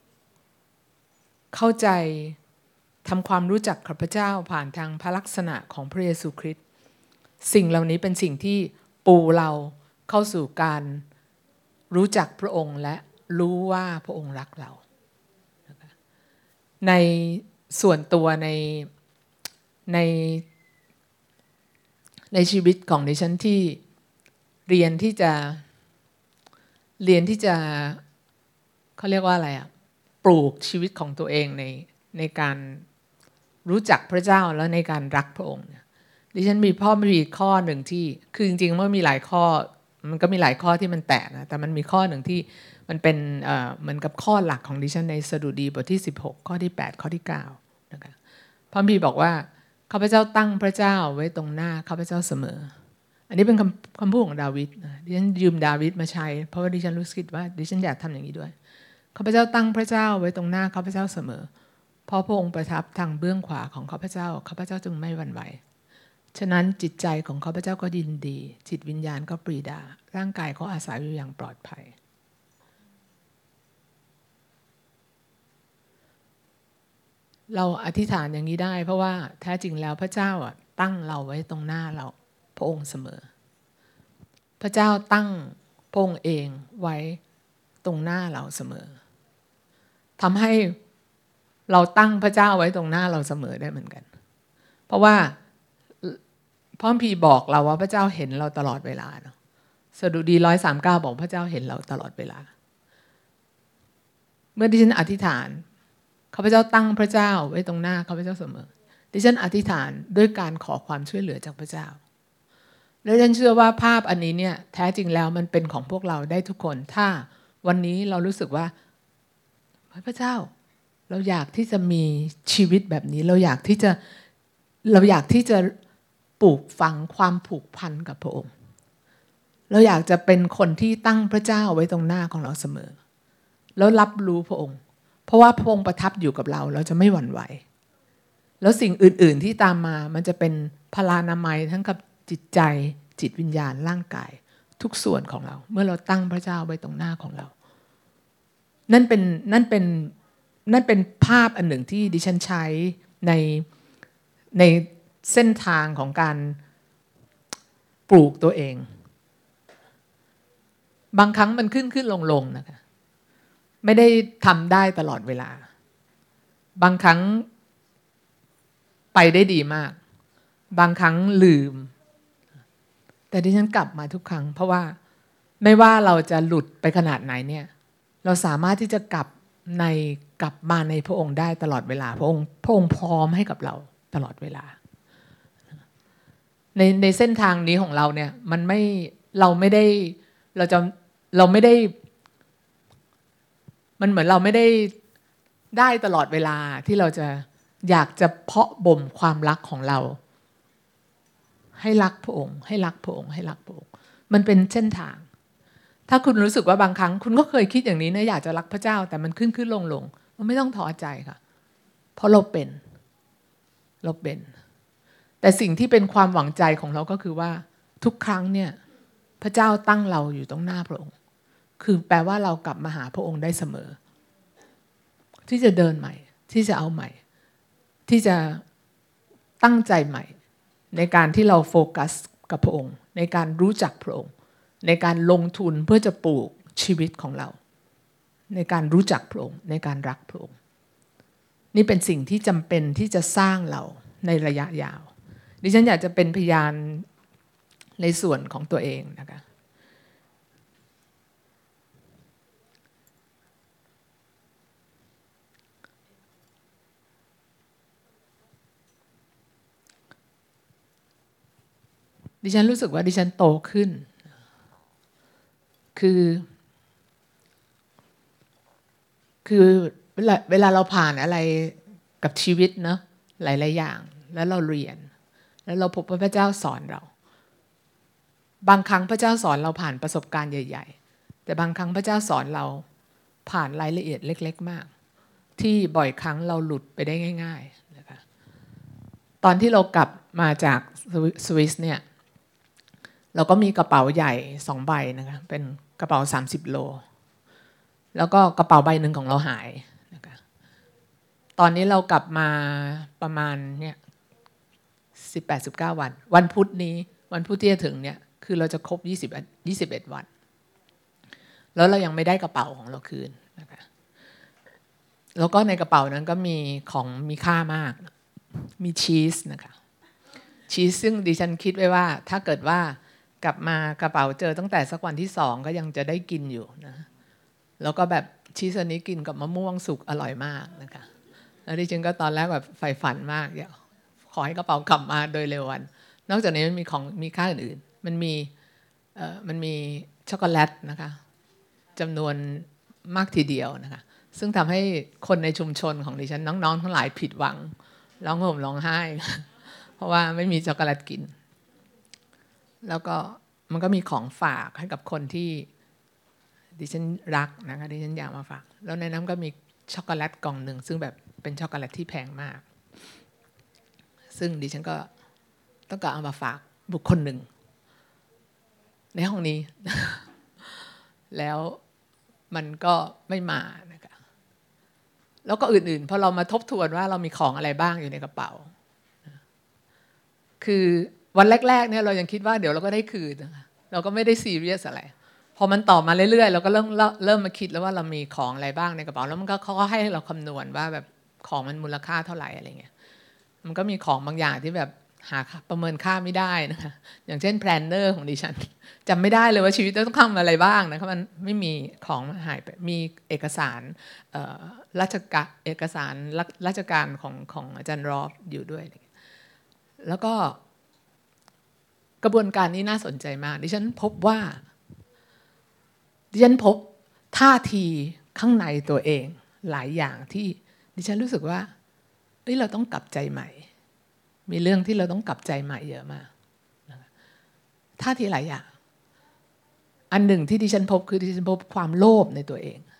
เข้าใจทำความรู้จักกับพระเจ้าผ่านทางพระลักษณะของพระเยซูคริสต์สิ่งเหล่านี้เป็นสิ่งที่ปูเราเข้าสู่การรู้จักพระองค์และรู้ว่าพระองค์รักเราในส่วนตัวในในในชีวิตของดิฉันที่เรียนที่จะเรียนที่จะเขาเรียกว่าอะไรอะปลูกชีวิตของตัวเองในในการรู้จักพระเจ้าแล้วในการรักพระองค์เนี่ยดิฉันมีพ่อมีข้อหนึ่งที่คือจริงๆมันมีหลายข้อมันก็มีหลายข้อที่มันแตกนะแต่มันมีข้อหนึ่งที่มันเป็นเอ่อเหมือนกับข้อหลักของดิฉันในสดุดีบทที่สิบหกข้อที่แปดข้อที่เก้านะคะพระคัมภีร์บอกว่าข้าพเจ้าตั้งพระเจ้าไว้ตรงหน้าข้าพเจ้าเสมออันนี้เป็นคำคำพูดของดาวิดนะดิฉันยืมดาวิดมาใช้เพราะว่าดิฉันรู้สึกว่าดิฉันอยากทำอย่างนี้ด้วยข้าพเจ้าตั้งพระเจ้าไว้ตรงหน้าข้าพเจ้าเสมอเพราะพระองค์ประทับทางเบื้องขวาของข้าพเจ้าข้าพเจ้าจึงไม่หวั่นไหวฉะนั้นจิตใจของข้าพเจ้าก็ยินดีจิตวิญญาณก็ปรีดาร่างกายเขาอาศัยอยู่อย่างปลอดภัยเราอธิษฐานอย่างนี้ได้เพราะว่าแท้จริงแล้วพระเจ้าอ่ะตั้งเราไว้ตรงหน้าเราพระองค์เสมอพระเจ้าตั้งพระองค์เองไว้ตรงหน้าเราเสมอทำให้เราตั้งพระเจ้าไว้ตรงหน้าเราเสมอได้เหมือนกันเพราะว่าพระคัมภีร์บอกเราว่าพระเจ้าเห็นเราตลอดเวลาเนาะสดุดีหนึ่งร้อยสามสิบเก้าบอกพระเจ้าเห็นเราตลอดเวลาเมื่อดิฉันอธิษฐานข้าพเจ้าตั้งพระเจ้าไว้ตรงหน้าข้าพเจ้าเสมอดิฉันอธิษฐานด้วยการขอความช่วยเหลือจากพระเจ้าและฉันเชื่อว่าภาพอันนี้เนี่ยแท้จริงแล้วมันเป็นของพวกเราได้ทุกคนถ้าวันนี้เรารู้สึกว่าพระเจ้าเราอยากที่จะมีชีวิตแบบนี้เราอยากที่จะเราอยากที่จะปลูกฝังความผูกพันกับพระองค์เราอยากจะเป็นคนที่ตั้งพระเจ้าไว้ตรงหน้าของเราเสมอแล้วรับรู้พระองค์เพราะว่าพระองค์ประทับอยู่กับเราเราจะไม่หวั่นไหวแล้วสิ่งอื่นๆที่ตามมามันจะเป็นพลานามัยทั้งกับจิตใจจิตวิญญาณร่างกายทุกส่วนของเราเมื่อเราตั้งพระเจ้าไว้ตรงหน้าของเรานั่นเป็นนั่นเป็นนั่นเป็นภาพอันหนึ่งที่ดิฉันใช้ในในเส้นทางของการปลูกตัวเองบางครั้งมันขึ้นขึ้นลงลงนะคะไม่ได้ทำได้ตลอดเวลาบางครั้งไปได้ดีมากบางครั้งลืมแต่ดิฉันกลับมาทุกครั้งเพราะว่าไม่ว่าเราจะหลุดไปขนาดไหนเนี่ยเราสามารถที่จะกลับในกลับมาในพระองค์ได้ตลอดเวลาพระองค์พระองค์พร้อมให้กับเราตลอดเวลาในในเส้นทางนี้ของเราเนี่ยมันไม่เราไม่ได้เราจะเราไม่ได้มันเหมือนเราไม่ได้ได้ตลอดเวลาที่เราจะอยากจะเพาะบ่มความรักของเราให้รักพระองค์ให้รักพระองค์ให้รักพระองค์มันเป็นเส้นทางถ้าคุณรู้สึกว่าบางครั้งคุณก็เคยคิดอย่างนี้นะอยากจะรักพระเจ้าแต่มันขึ้นขึ้นลงลงไม่ต้องท้อใจค่ะเพราะเราเป็นเราเป็นแต่สิ่งที่เป็นความหวังใจของเราก็คือว่าทุกครั้งเนี่ยพระเจ้าตั้งเราอยู่ตรงหน้าพระองค์คือแปลว่าเรากลับมาหาพระองค์ได้เสมอที่จะเดินใหม่ที่จะเอาใหม่ที่จะตั้งใจใหม่ในการที่เราโฟกัสกับพระองค์ในการรู้จักพระองค์ในการลงทุนเพื่อจะปลูกชีวิตของเราในการรู้จักพระองค์ในการรักพระองค์นี่เป็นสิ่งที่จำเป็นที่จะสร้างเราในระยะยาวดิฉันอยากจะเป็นพยานในส่วนของตัวเองนะคะดิฉันรู้สึกว่าดิฉันโตขึ้นคือคือเวลาเวลาเราผ่านอะไรกับชีวิตเนาะหลายๆอย่างแล้วเราเรียนแล้วเราพบว่าพระเจ้าสอนเราบางครั้งพระเจ้าสอนเราผ่านประสบการณ์ใหญ่ๆแต่บางครั้งพระเจ้าสอนเราผ่านรายละเอียดเล็กๆมากที่บ่อยครั้งเราหลุดไปได้ง่ายๆนะคะตอนที่เรากลับมาจากสวิสเนี่ยเราก็มีกระเป๋าใหญ่สองใบนะคะเป็นกระเป๋าสามสิบโลแล้วก็กระเป๋าใบหนึ่งของเราหายนะคะตอนนี้เรากลับมาประมาณเนี่ยสิบแปด สิบเก้าวันวันพุธนี้วันพุธที่จะถึงเนี่ยคือเราจะครบยี่สิบ ยี่สิบเอ็ดวันแล้วเรายังไม่ได้กระเป๋าของเราคืนนะคะแล้วก็ในกระเป๋านั้นก็มีของมีค่ามากมีชีสนะคะชีสซึ่งดิฉันคิดไว้ว่าถ้าเกิดว่ากลับมากระเป๋าเจอตั้งแต่สักวันที่สองก็ยังจะได้กินอยู่นะแล้วก็แบบชีสอันนี้กินกับมะม่วงสุกอร่อยมากนะคะแล้วดิฉันก็ตอนแรกแบบใฝ่ฝันมากอยากขอให้กระเป๋ากลับมาโดยเร็ววันนอกจากนี้มันมีของมีค่าอื่นๆมันมีเอ่อมันมีช็อกโกแลตนะคะจำนวนมากทีเดียวนะคะซึ่งทำให้คนในชุมชนของดิฉันน้องๆทั้งหลายผิดหวังร้องห่มร้องไห้เพราะว่าไม่มีช็อกโกแลตกินแล้วก็มันก็มีของฝากให้กับคนที่ดิฉันรักนะคะดิฉันอยากมาฝากแล้วในนั้นก็มีช็อกโกแลตกล่องหนึ่งซึ่งแบบเป็นช็อกโกแลตที่แพงมากซึ่งดิฉันก็ต้องการเอามาฝากบุคคลหนึ่งในห้องนี้ แล้วมันก็ไม่มานะคะแล้วก็อื่นๆพอเรามาทบทวนว่าเรามีของอะไรบ้างอยู่ในกระเป๋าคือวันแรกๆเนี่ยเรายังคิดว่าเดี๋ยวเราก็ได้คืนนะคะเราก็ไม่ได้ซีเรียสอะไรพอมันต่อมาเรื่อยๆเราก็เริ่มเริ่มมาคิดแล้วว่าเรามีของอะไรบ้างในกระเป๋าแล้วมันก็เขาก็ให้เราคำนวณว่าแบบของมันมูลค่าเท่าไหร่อะไรเงี้ยมันก็มีของบางอย่างที่แบบหาประเมินค่าไม่ได้นะคะอย่างเช่นแพลนเนอร์ของดิฉันจำไม่ได้เลยว่าชีวิตต้องทำอะไรบ้างนะคะมันไม่มีของหายไปมีเอกสารราชการเอกสารราชการของของอาจารย์รอบอยู่ด้วยแล้วก็กระบวนการนี้น่าสนใจมากดิฉันพบว่าดิฉันพบท่าทีข้างในตัวเองหลายอย่างที่ดิฉันรู้สึกว่าเฮ้ยเราต้องกลับใจใหม่มีเรื่องที่เราต้องกลับใจใหม่เยอะมากท่าทีหลายอย่างอันหนึ่งที่ดิฉันพบคือดิฉันพบความโลภในตัวเอง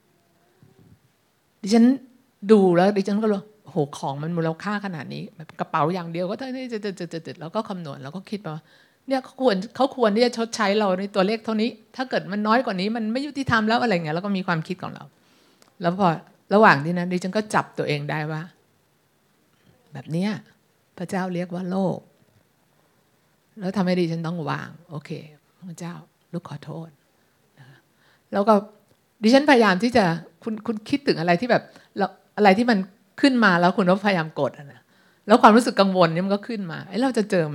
ดิฉันดูแล้วดิฉันก็รู้โหของมันมูลค่าขนาดนี้แบบกระเป๋าอย่างเดียวก็เท่านี้จะๆๆๆแล้วก็คำนวณแล้วก็คิดว่าเนี่ยเขาควรเขาควรที่จะชดใช้เราในตัวเลขเท่านี้ถ้าเกิดมันน้อยกว่านี้มันไม่ยุติธรรมแล้วอะไรเงี้ยแล้วก็มีความคิดของเราแล้วพอระหว่างที่นั้นดิฉันก็จับตัวเองได้ว่าแบบเนี้ยพระเจ้าเรียกว่าโลภแล้วทำให้ดิฉันต้องวางโอเคพระเจ้าลูกขอโทษแล้วก็ดิฉันพยายามที่จะคุณคุณคิดถึงอะไรที่แบบอะไรที่มันขึ้นมาแล้วคุณก็พยายามกดนะแล้วความรู้สึกกังวลนี่มันก็ขึ้นมาไอ้เราจะเจอไหม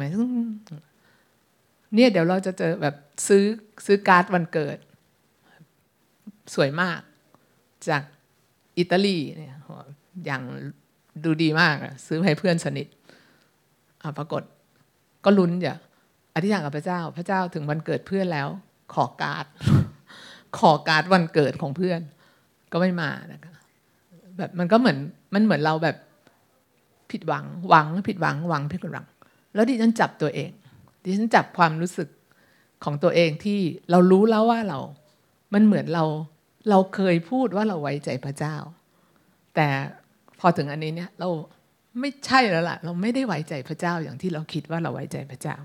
เนี่ยเดี๋ยวเราจะเจอแบบซื้อซื้อการ์ดวันเกิดสวยมากจากอิตาลีเนี่ยอย่างดูดีมากซื้อให้เพื่อนสนิทปรากฏก็ลุ้นอย่าอธิษฐานกับพระเจ้าพระเจ้าถึงวันเกิดเพื่อนแล้วขอการ์ดขอการ์ดวันเกิดของเพื่อนก็ไม่มานะคะแบบมันก็เหมือนมันเหมือนเราแบบผิดหวังหวังผิดหวังหวังผิดหวังแล้วดิฉันจับตัวเองดิฉันจับความรู้สึกของตัวเองที่เรารู้แล้วว่าเรามันเหมือนเราเราเคยพูดว่าเราไว้ใจพระเจ้าแต่พอถึงอันนี้เนี่ยเราไม่ใช่แล้วล่ะเราไม่ได้ไว้ใจพระเจ้าอย่างที่เราคิดว่าเราไว้ใจพระเจ้า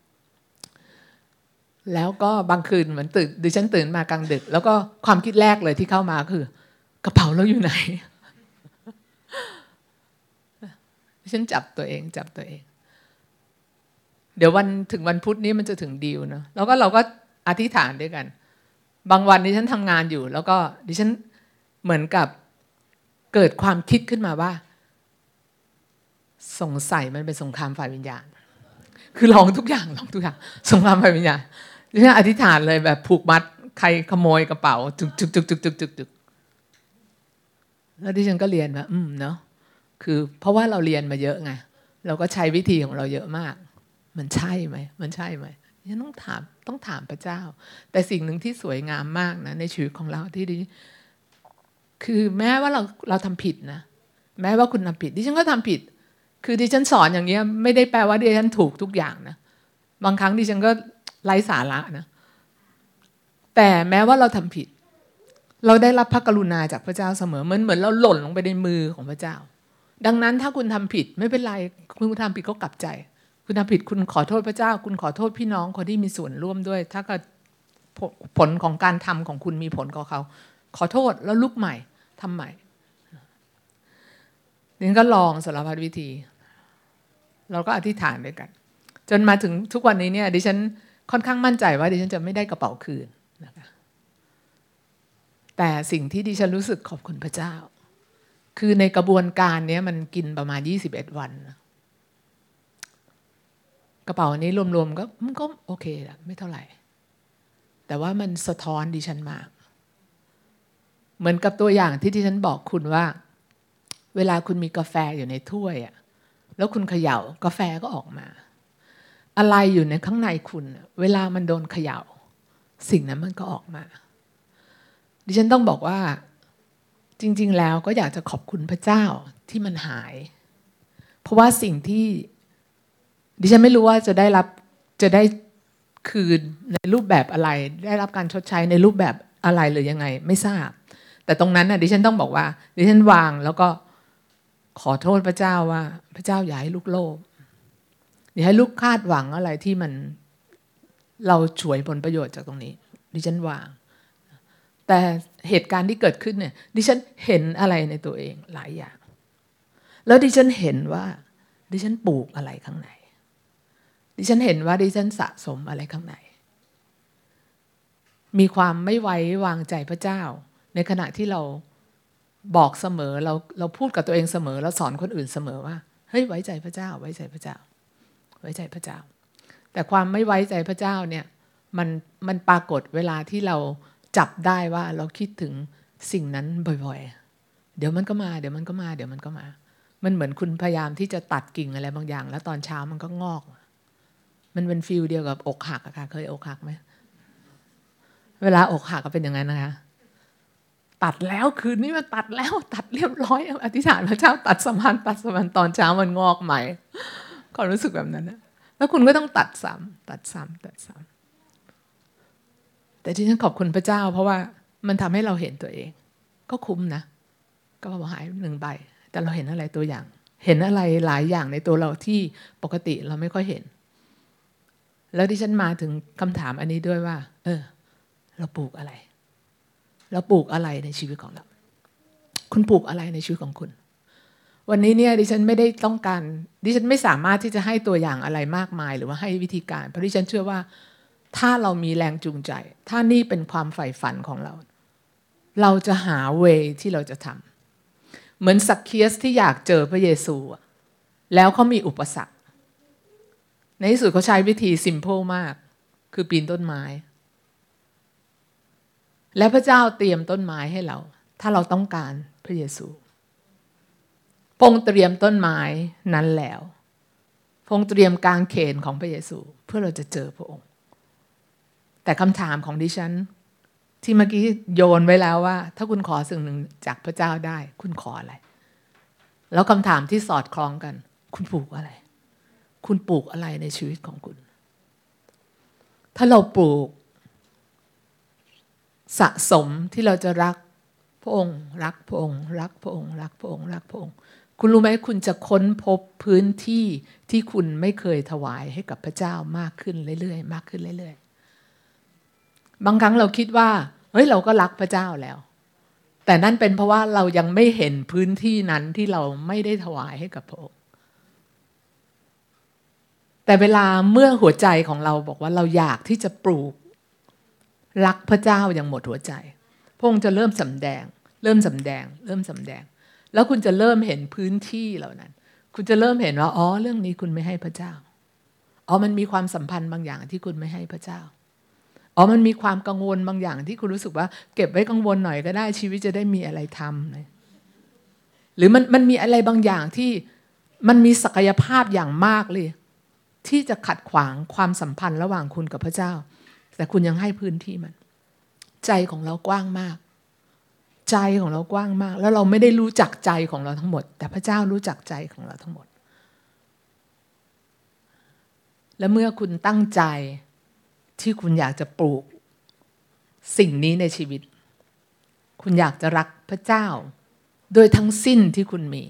แล้วก็บางคืนเหมือนตื่นดิฉันตื่นมากลางดึกแล้วก็ความคิดแรกเลยที่เข้ามาคือกระเป๋าเราอยู่ไหนดิฉันจับตัวเองจับตัวเองเดี๋ยววันถึงวันพุธนี้มันจะถึงดีลเนาะแล้วก็เราก็อธิษฐานด้วยกันบางวันดิฉันทำงานอยู่แล้วก็ดิฉันเหมือนกับเกิดความคิดขึ้นมาว่าสงสัยมันเป็นสงครามฝ่ายวิญญาณคือลองทุกอย่างลองทุกอย่างสงครามฝ่ายวิญญาณดิฉันอธิษฐานเลยแบบผูกมัดใครขโมยกระเป๋าจุกจุกจุกจุกจุกจุกจุกแล้วดิฉันก็เรียนว่าอืมเนาะคือเพราะว่าเราเรียนมาเยอะไงเราก็ใช้วิธีของเราเยอะมากมันใช่ไหมมันใช่ไหมฉันต้องถามต้องถามพระเจ้าแต่สิ่งหนึ่งที่สวยงามมากนะในชีวิตของเราที่ดิคือแม้ว่าเราเราทำผิดนะแม้ว่าคุณทำผิดดิฉันก็ทำผิดคือดิฉันสอนอย่างนี้ไม่ได้แปลว่าดิฉันถูกทุกอย่างนะบางครั้งดิฉันก็ไร้สาระนะแต่แม้ว่าเราทำผิดเราได้รับพระกรุณาจากพระเจ้าเสมอเหมือนเหมือนเราหล่นลงไปในมือของพระเจ้าดังนั้นถ้าคุณทำผิดไม่เป็นไรคุณทำผิดก็กลับใจคุณทำผิดคุณขอโทษพระเจ้าคุณขอโทษพี่น้องคนที่มีส่วนร่วมด้วยถ้าเกิดผลของการทำของคุณมีผลกับเขาขอโทษแล้วลุกใหม่ทำใหม่นี่ก็ลองสารพัดวิธีเราก็อธิษฐานด้วยกันจนมาถึงทุกวันนี้เนี่ยดิฉันค่อนข้างมั่นใจว่าดิฉันจะไม่ได้กระเป๋าคืนนะคะแต่สิ่งที่ดิฉันรู้สึกขอบคุณพระเจ้าคือในกระบวนการนี้มันกินประมาณยี่สิบเอ็ดวันกระเป๋านี้รวมๆก็มันก็โอเคแหละไม่เท่าไหร่แต่ว่ามันสะท้อนดิฉันมากเหมือนกับตัวอย่างที่ดิฉันบอกคุณว่าเวลาคุณมีกาแฟอยู่ในถ้วยอะแล้วคุณเขย่ากาแฟก็ออกมาอะไรอยู่ในข้างในคุณเวลามันโดนเขย่าสิ่งนั้นมันก็ออกมาดิฉันต้องบอกว่าจริงๆแล้วก็อยากจะขอบคุณพระเจ้าที่มันหายเพราะว่าสิ่งที่ดิฉันไม่รู้ว่าจะได้รับจะได้คืนในรูปแบบอะไรได้รับการชดใช้ในรูปแบบอะไรหรือยังไงไม่ทราบแต่ตรงนั้นน่ะดิฉันต้องบอกว่าดิฉันวางแล้วก็ขอโทษพระเจ้าว่าพระเจ้าอย่าให้ลูกโลภอย่าให้ลูกคาดหวังอะไรที่มันเราฉวยผลประโยชน์จากตรงนี้ดิฉันวางแต่เหตุการณ์ที่เกิดขึ้นเนี่ยดิฉันเห็นอะไรในตัวเองหลายอย่างแล้วดิฉันเห็นว่าดิฉันปลูกอะไรข้างในดิฉันเห็นว่าดิฉันสะสมอะไรข้างในมีความไม่ไว้วางใจพระเจ้าในขณะที่เราบอกเสมอเราเราพูดกับตัวเองเสมอแล้วสอนคนอื่นเสมอว่าเฮ้ยไว้ใจพระเจ้าไว้ใจพระเจ้าไว้ใจพระเจ้าแต่ความไม่ไว้ใจพระเจ้าเนี่ยมันมันปรากฏเวลาที่เราจับได้ว่าเราคิดถึงสิ่งนั้นบ่อยๆเดี๋ยวมันก็มาเดี๋ยวมันก็มาเดี๋ยวมันก็มามันเหมือนคุณพยายามที่จะตัดกิ่งอะไรบางอย่างแล้วตอนเช้ามันก็งอกมันเป็นฟีลเดียวกับอกหักอะค่ะเคยอกหักไหมเวลาอกหักก็เป็นอย่างนั้นนะคะตัดแล้วคืนนี้มันตัดแล้วตัดเรียบร้อยอธิษฐานพระเจ้าตัดสมานตัดสมานตอนเช้ามันงอกใหม่ความรู้สึกแบบนั้นนะแล้วคุณก็ต้องตัดซ้ำตัดซ้ำตัดซ้ำแต่ที่ฉันขอบคุณพระเจ้าเพราะว่ามันทำให้เราเห็นตัวเองก็คุ้มนะก็หายหนึ่งใบแต่เราเห็นอะไรตัวอย่างเห็นอะไรหลายอย่างในตัวเราที่ปกติเราไม่ค่อยเห็นแล้วที่ฉันมาถึงคำถามอันนี้ด้วยว่าเออเราปลูกอะไรเราปลูกอะไรในชีวิตของเราคุณปลูกอะไรในชีวิตของคุณวันนี้เนี่ยดิฉันไม่ได้ต้องการดิฉันไม่สามารถที่จะให้ตัวอย่างอะไรมากมายหรือว่าให้วิธีการเพราะดิฉันเชื่อว่าถ้าเรามีแรงจูงใจถ้านี่เป็นความใฝ่ฝันของเราเราจะหาเวที่เราจะทำเหมือนซักเคียสที่อยากเจอพระเยซูแล้วเขามีอุปสรรคในที่สุดเขาใช้วิธีซิมเพิลมากคือปีนต้นไม้และพระเจ้าเตรียมต้นไม้ให้เราถ้าเราต้องการพระเยซูพระองค์เตรียมต้นไม้นั้นแล้วพระองค์เตรียมกางเขนของพระเยซูเพื่อเราจะเจอพระองค์แต่คำถามของดิฉันที่เมื่อกี้โยนไว้แล้วว่าถ้าคุณขอสิ่งหนึ่งจากพระเจ้าได้คุณขออะไรแล้วคำถามที่สอดคล้องกันคุณปลูกอะไรคุณปลูกอะไรในชีวิตของคุณถ้าเราปลูกสะสมที่เราจะรักพระองค์รักพระองค์รักพระองค์รักพระองค์รักพระองค์คุณรู้ไหมคุณจะค้นพบพื้นที่ที่คุณไม่เคยถวายให้กับพระเจ้ามากขึ้นเรื่อยๆมากขึ้นเรื่อยๆบางครั้งเราคิดว่าเฮ้ยเราก็รักพระเจ้าแล้วแต่นั่นเป็นเพราะว่าเรายังไม่เห็นพื้นที่นั้นที่เราไม่ได้ถวายให้กับพระองค์แต่เวลาเมื่อหัวใจของเราบอกว่าเราอยากที่จะปลูกรักพระเจ้าอย่างหมดหัวใจพระองค์จะเริ่มสำแดงเริ่มสำแดงเริ่มสำแดงแล้วคุณจะเริ่มเห็นพื้นที่เหล่านั้นคุณจะเริ่มเห็นว่าอ๋อเรื่องนี้คุณไม่ให้พระเจ้าอ๋อมันมีความสัมพันธ์บางอย่างที่คุณไม่ให้พระเจ้าอ๋อมันมีความกังวลบางอย่างที่คุณรู้สึกว่าเก็บไว้กังวลหน่อยก็ได้ชีวิตจะได้มีอะไรทำเลยหรือมันมันมีอะไรบางอย่างที่มันมีศักยภาพอย่างมากเลยที่จะขัดขวางความสัมพันธ์ระหว่างคุณกับพระเจ้าแต่คุณยังให้พื้นที่มันใจของเรากว้างมากใจของเรากว้างมากแล้วเราไม่ได้รู้จักใจของเราทั้งหมดแต่พระเจ้ารู้จักใจของเราทั้งหมดและเมื่อคุณตั้งใจที่คุณอยากจะปลูกสิ่งนี้ในชีวิตคุณอยากจะรักพระเจ้าโดยทั้งสิ้นที่คุณมี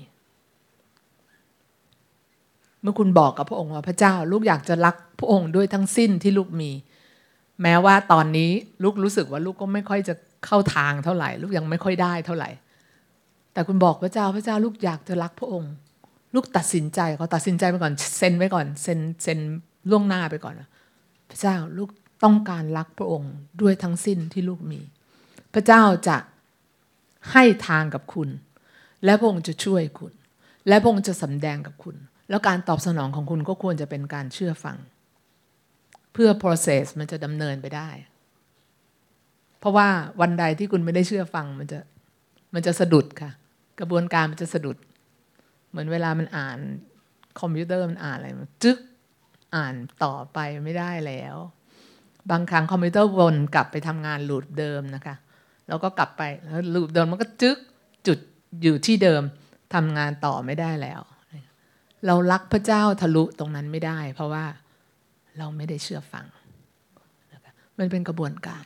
เมื่อคุณบอกกับพระองค์ว่าพระเจ้าลูกอยากจะรักพระองค์ด้วยทั้งสิ้นที่ลูกมีแม้ว่าตอนนี้ลูกรู้สึกว่าลูกก็ไม่ค่อยจะเข้าทางเท่าไหร่ลูกยังไม่ค่อยได้เท่าไหร่แต่คุณบอกพระเจ้าพระเจ้าลูกอยากจะรักพระองค์ลูกตัดสินใจเขาตัดสินใจไปก่อนเซ็นไว้ก่อนเซ็นเซ็นล่วงหน้าไปก่อนพระเจ้าลูกต้องการรักพระองค์ด้วยทั้งสิ้นที่ลูกมีพระเจ้าจะให้ทางกับคุณและพระองค์จะช่วยคุณและพระองค์จะสำแดงกับคุณแล้วการตอบสนองของคุณก็ควรจะเป็นการเชื่อฟังเพื่อ process มันจะดำเนินไปได้เพราะว่าวันใดที่คุณไม่ได้เชื่อฟังมันจะมันจะสะดุดค่ะกระบวนการมันจะสะดุดเหมือนเวลามันอ่านคอมพิวเตอร์มันอ่านอะไรมันจึ๊กอ่านต่อไปไม่ได้แล้วบางครั้งคอมพิวเตอร์วนกลับไปทำงานลูปเดิมนะคะแล้วก็กลับไปแล้วลูปเดิมมันก็จึ๊กจุดอยู่ที่เดิมทำงานต่อไม่ได้แล้วเรารักพระเจ้าทะลุตรงนั้นไม่ได้เพราะว่าเราไม่ได้เชื่อฟังมันเป็นกระบวนการ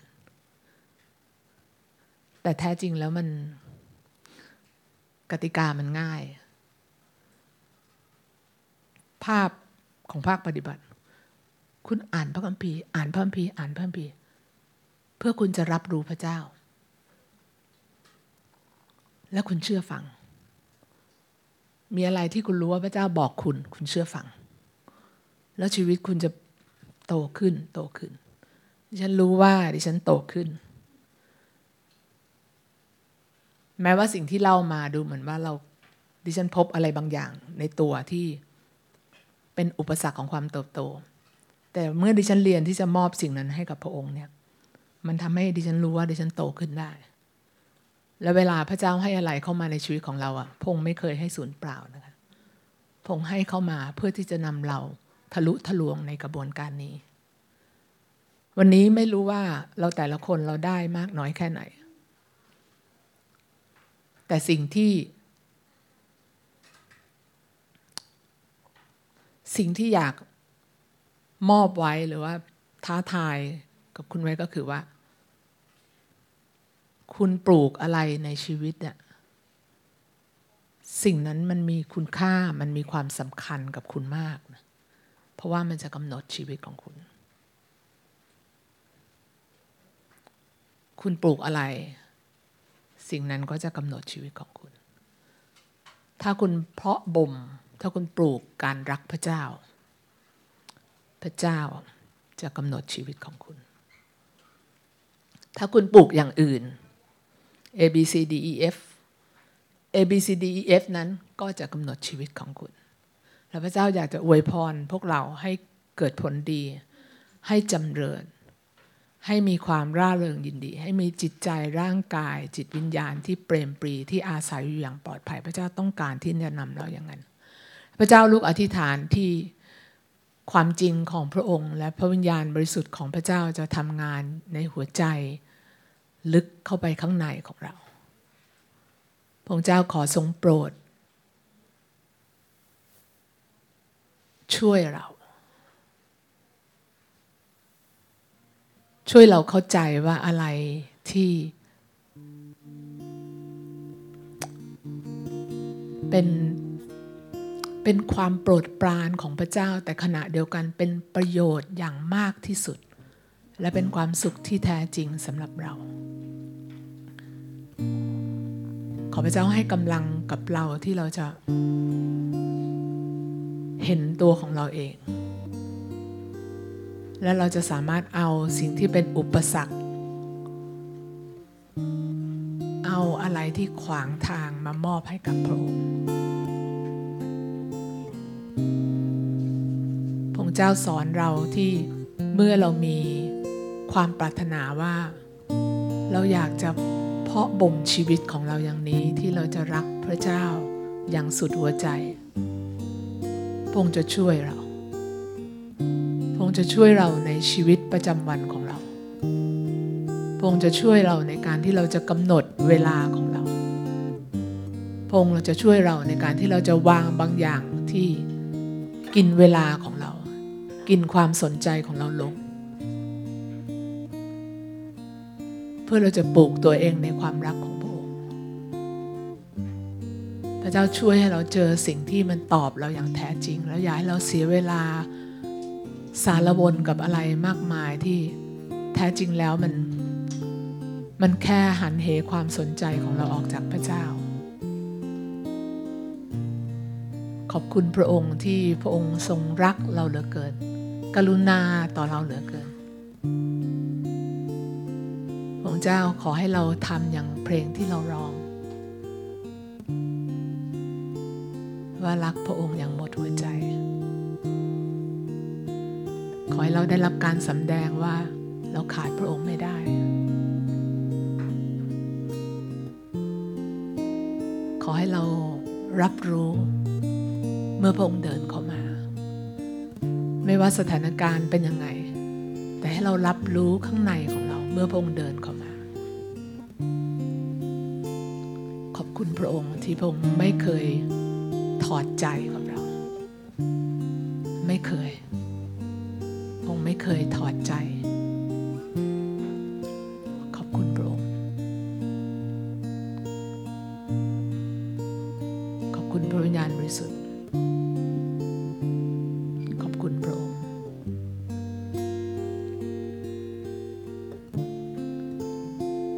แต่แท้จริงแล้วมันกติกามันง่ายภาพของภาคปฏิบัติคุณอ่านพระคัมภีร์อ่านพระคัมภีร์อ่านพระคัมภีร์เพื่อคุณจะรับรู้พระเจ้าและคุณเชื่อฟังมีอะไรที่คุณรู้ว่าพระเจ้าบอกคุณคุณเชื่อฟังแล้วชีวิตคุณจะโตขึ้นโตขึ้นดิฉันรู้ว่าดิฉันโตขึ้นแม้ว่าสิ่งที่เล่ามาดูเหมือนว่าเราดิฉันพบอะไรบางอย่างในตัวที่เป็นอุปสรรคของความเติบโตแต่เมื่อดิฉันเรียนที่จะมอบสิ่งนั้นให้กับพระองค์เนี่ยมันทำให้ดิฉันรู้ว่าดิฉันโตขึ้นได้และเวลาพระเจ้าให้อะไรเข้ามาในชีวิตของเราอ่ะพระองค์ไม่เคยให้สูญเปล่านะคะพระองค์ให้เข้ามาเพื่อที่จะนำเราทะลุทะลวงในกระบวนการนี้วันนี้ไม่รู้ว่าเราแต่ละคนเราได้มากน้อยแค่ไหนแต่สิ่งที่สิ่งที่อยากมอบไว้หรือว่าท้าทายกับคุณไว้ก็คือว่าคุณปลูกอะไรในชีวิตเนี่ยสิ่งนั้นมันมีคุณค่ามันมีความสำคัญกับคุณมากนะเพราะว่ามันจะกำหนดชีวิตของคุณคุณปลูกอะไรสิ่งนั้นก็จะกำหนดชีวิตของคุณถ้าคุณเพาะบ่มถ้าคุณปลูกการรักพระเจ้าพระเจ้าจะกำหนดชีวิตของคุณถ้าคุณปลูกอย่างอื่น A B C D E F A B C D E F นั้นก็จะกำหนดชีวิตของคุณและพระเจ้าอยากจะอวยพรพวกเราให้เกิดผลดีให้จำเริญให้มีความร่าเริงยินดีให้มีจิตใจร่างกายจิตวิญญาณที่เปรมปรีที่อาศัยอยู่อย่างปลอดภัยพระเจ้าต้องการที่จะนำเราอย่างนั้นพระเจ้าลูกอธิษฐานที่ความจริงของพระองค์และพระวิญญาณบริสุทธิ์ของพระเจ้าจะทำงานในหัวใจลึกเข้าไปข้างในของเราพระองค์เจ้าขอทรงโปรดช่วยเราช่วยเราเข้าใจว่าอะไรที่เป็นเป็นความโปรดปรานของพระเจ้าแต่ขณะเดียวกันเป็นประโยชน์อย่างมากที่สุดและเป็นความสุขที่แท้จริงสำหรับเราขอพระเจ้าให้กำลังกับเราที่เราจะเห็นตัวของเราเองและเราจะสามารถเอาสิ่งที่เป็นอุปสรรคเอาอะไรที่ขวางทางมามอบให้กับพระองค์พระองค์เจ้าสอนเราที่เมื่อเรามีความปรารถนาว่าเราอยากจะเพาะบ่มชีวิตของเราอย่างนี้ที่เราจะรักพระเจ้าอย่างสุดหัวใจพระองค์จะช่วยเราพระองค์จะช่วยเราในชีวิตประจำวันของเราพระองค์จะช่วยเราในการที่เราจะกำหนดเวลาของเราพระองค์จะช่วยเราในการที่เราจะวางบางอย่างที่กินเวลาของเรากินความสนใจของเราลงเพื่อเราจะปลูกตัวเองในความรักของพระองค์พระเจ้าช่วยให้เราเจอสิ่งที่มันตอบเราอย่างแท้จริงแล้วอย่าให้เราเสียเวลาสารวนกับอะไรมากมายที่แท้จริงแล้วมันมันแค่หันเหความสนใจของเราออกจากพระเจ้าขอบคุณพระองค์ที่พระองค์ทรงรักเราเหลือเกินกรุณาต่อเราเหลือเกินพระองค์เจ้าขอให้เราทำอย่างเพลงที่เราร้องว่ารักพระองค์อย่างหมดหัวใจขอให้เราได้รับการสำแดงว่าเราขาดพระองค์ไม่ได้ขอให้เรารับรู้เมื่อพระองค์เดินเข้ามาไม่ว่าสถานการณ์เป็นยังไงแต่ให้เรารับรู้ข้างในของเราเมื่อพระองค์เดินเข้ามาขอบคุณพระองค์ที่พระองค์ไม่เคยถอดใจกับเราไม่เคยพระองค์ไม่เคยถอดใจขอบคุณพระองค์ขอบคุณพระวิญญาณบริสุทธิ์ขอบคุณพระองค์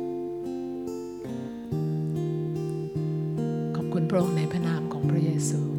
ขอบคุณพระองค์ในพระนามของพระเยซู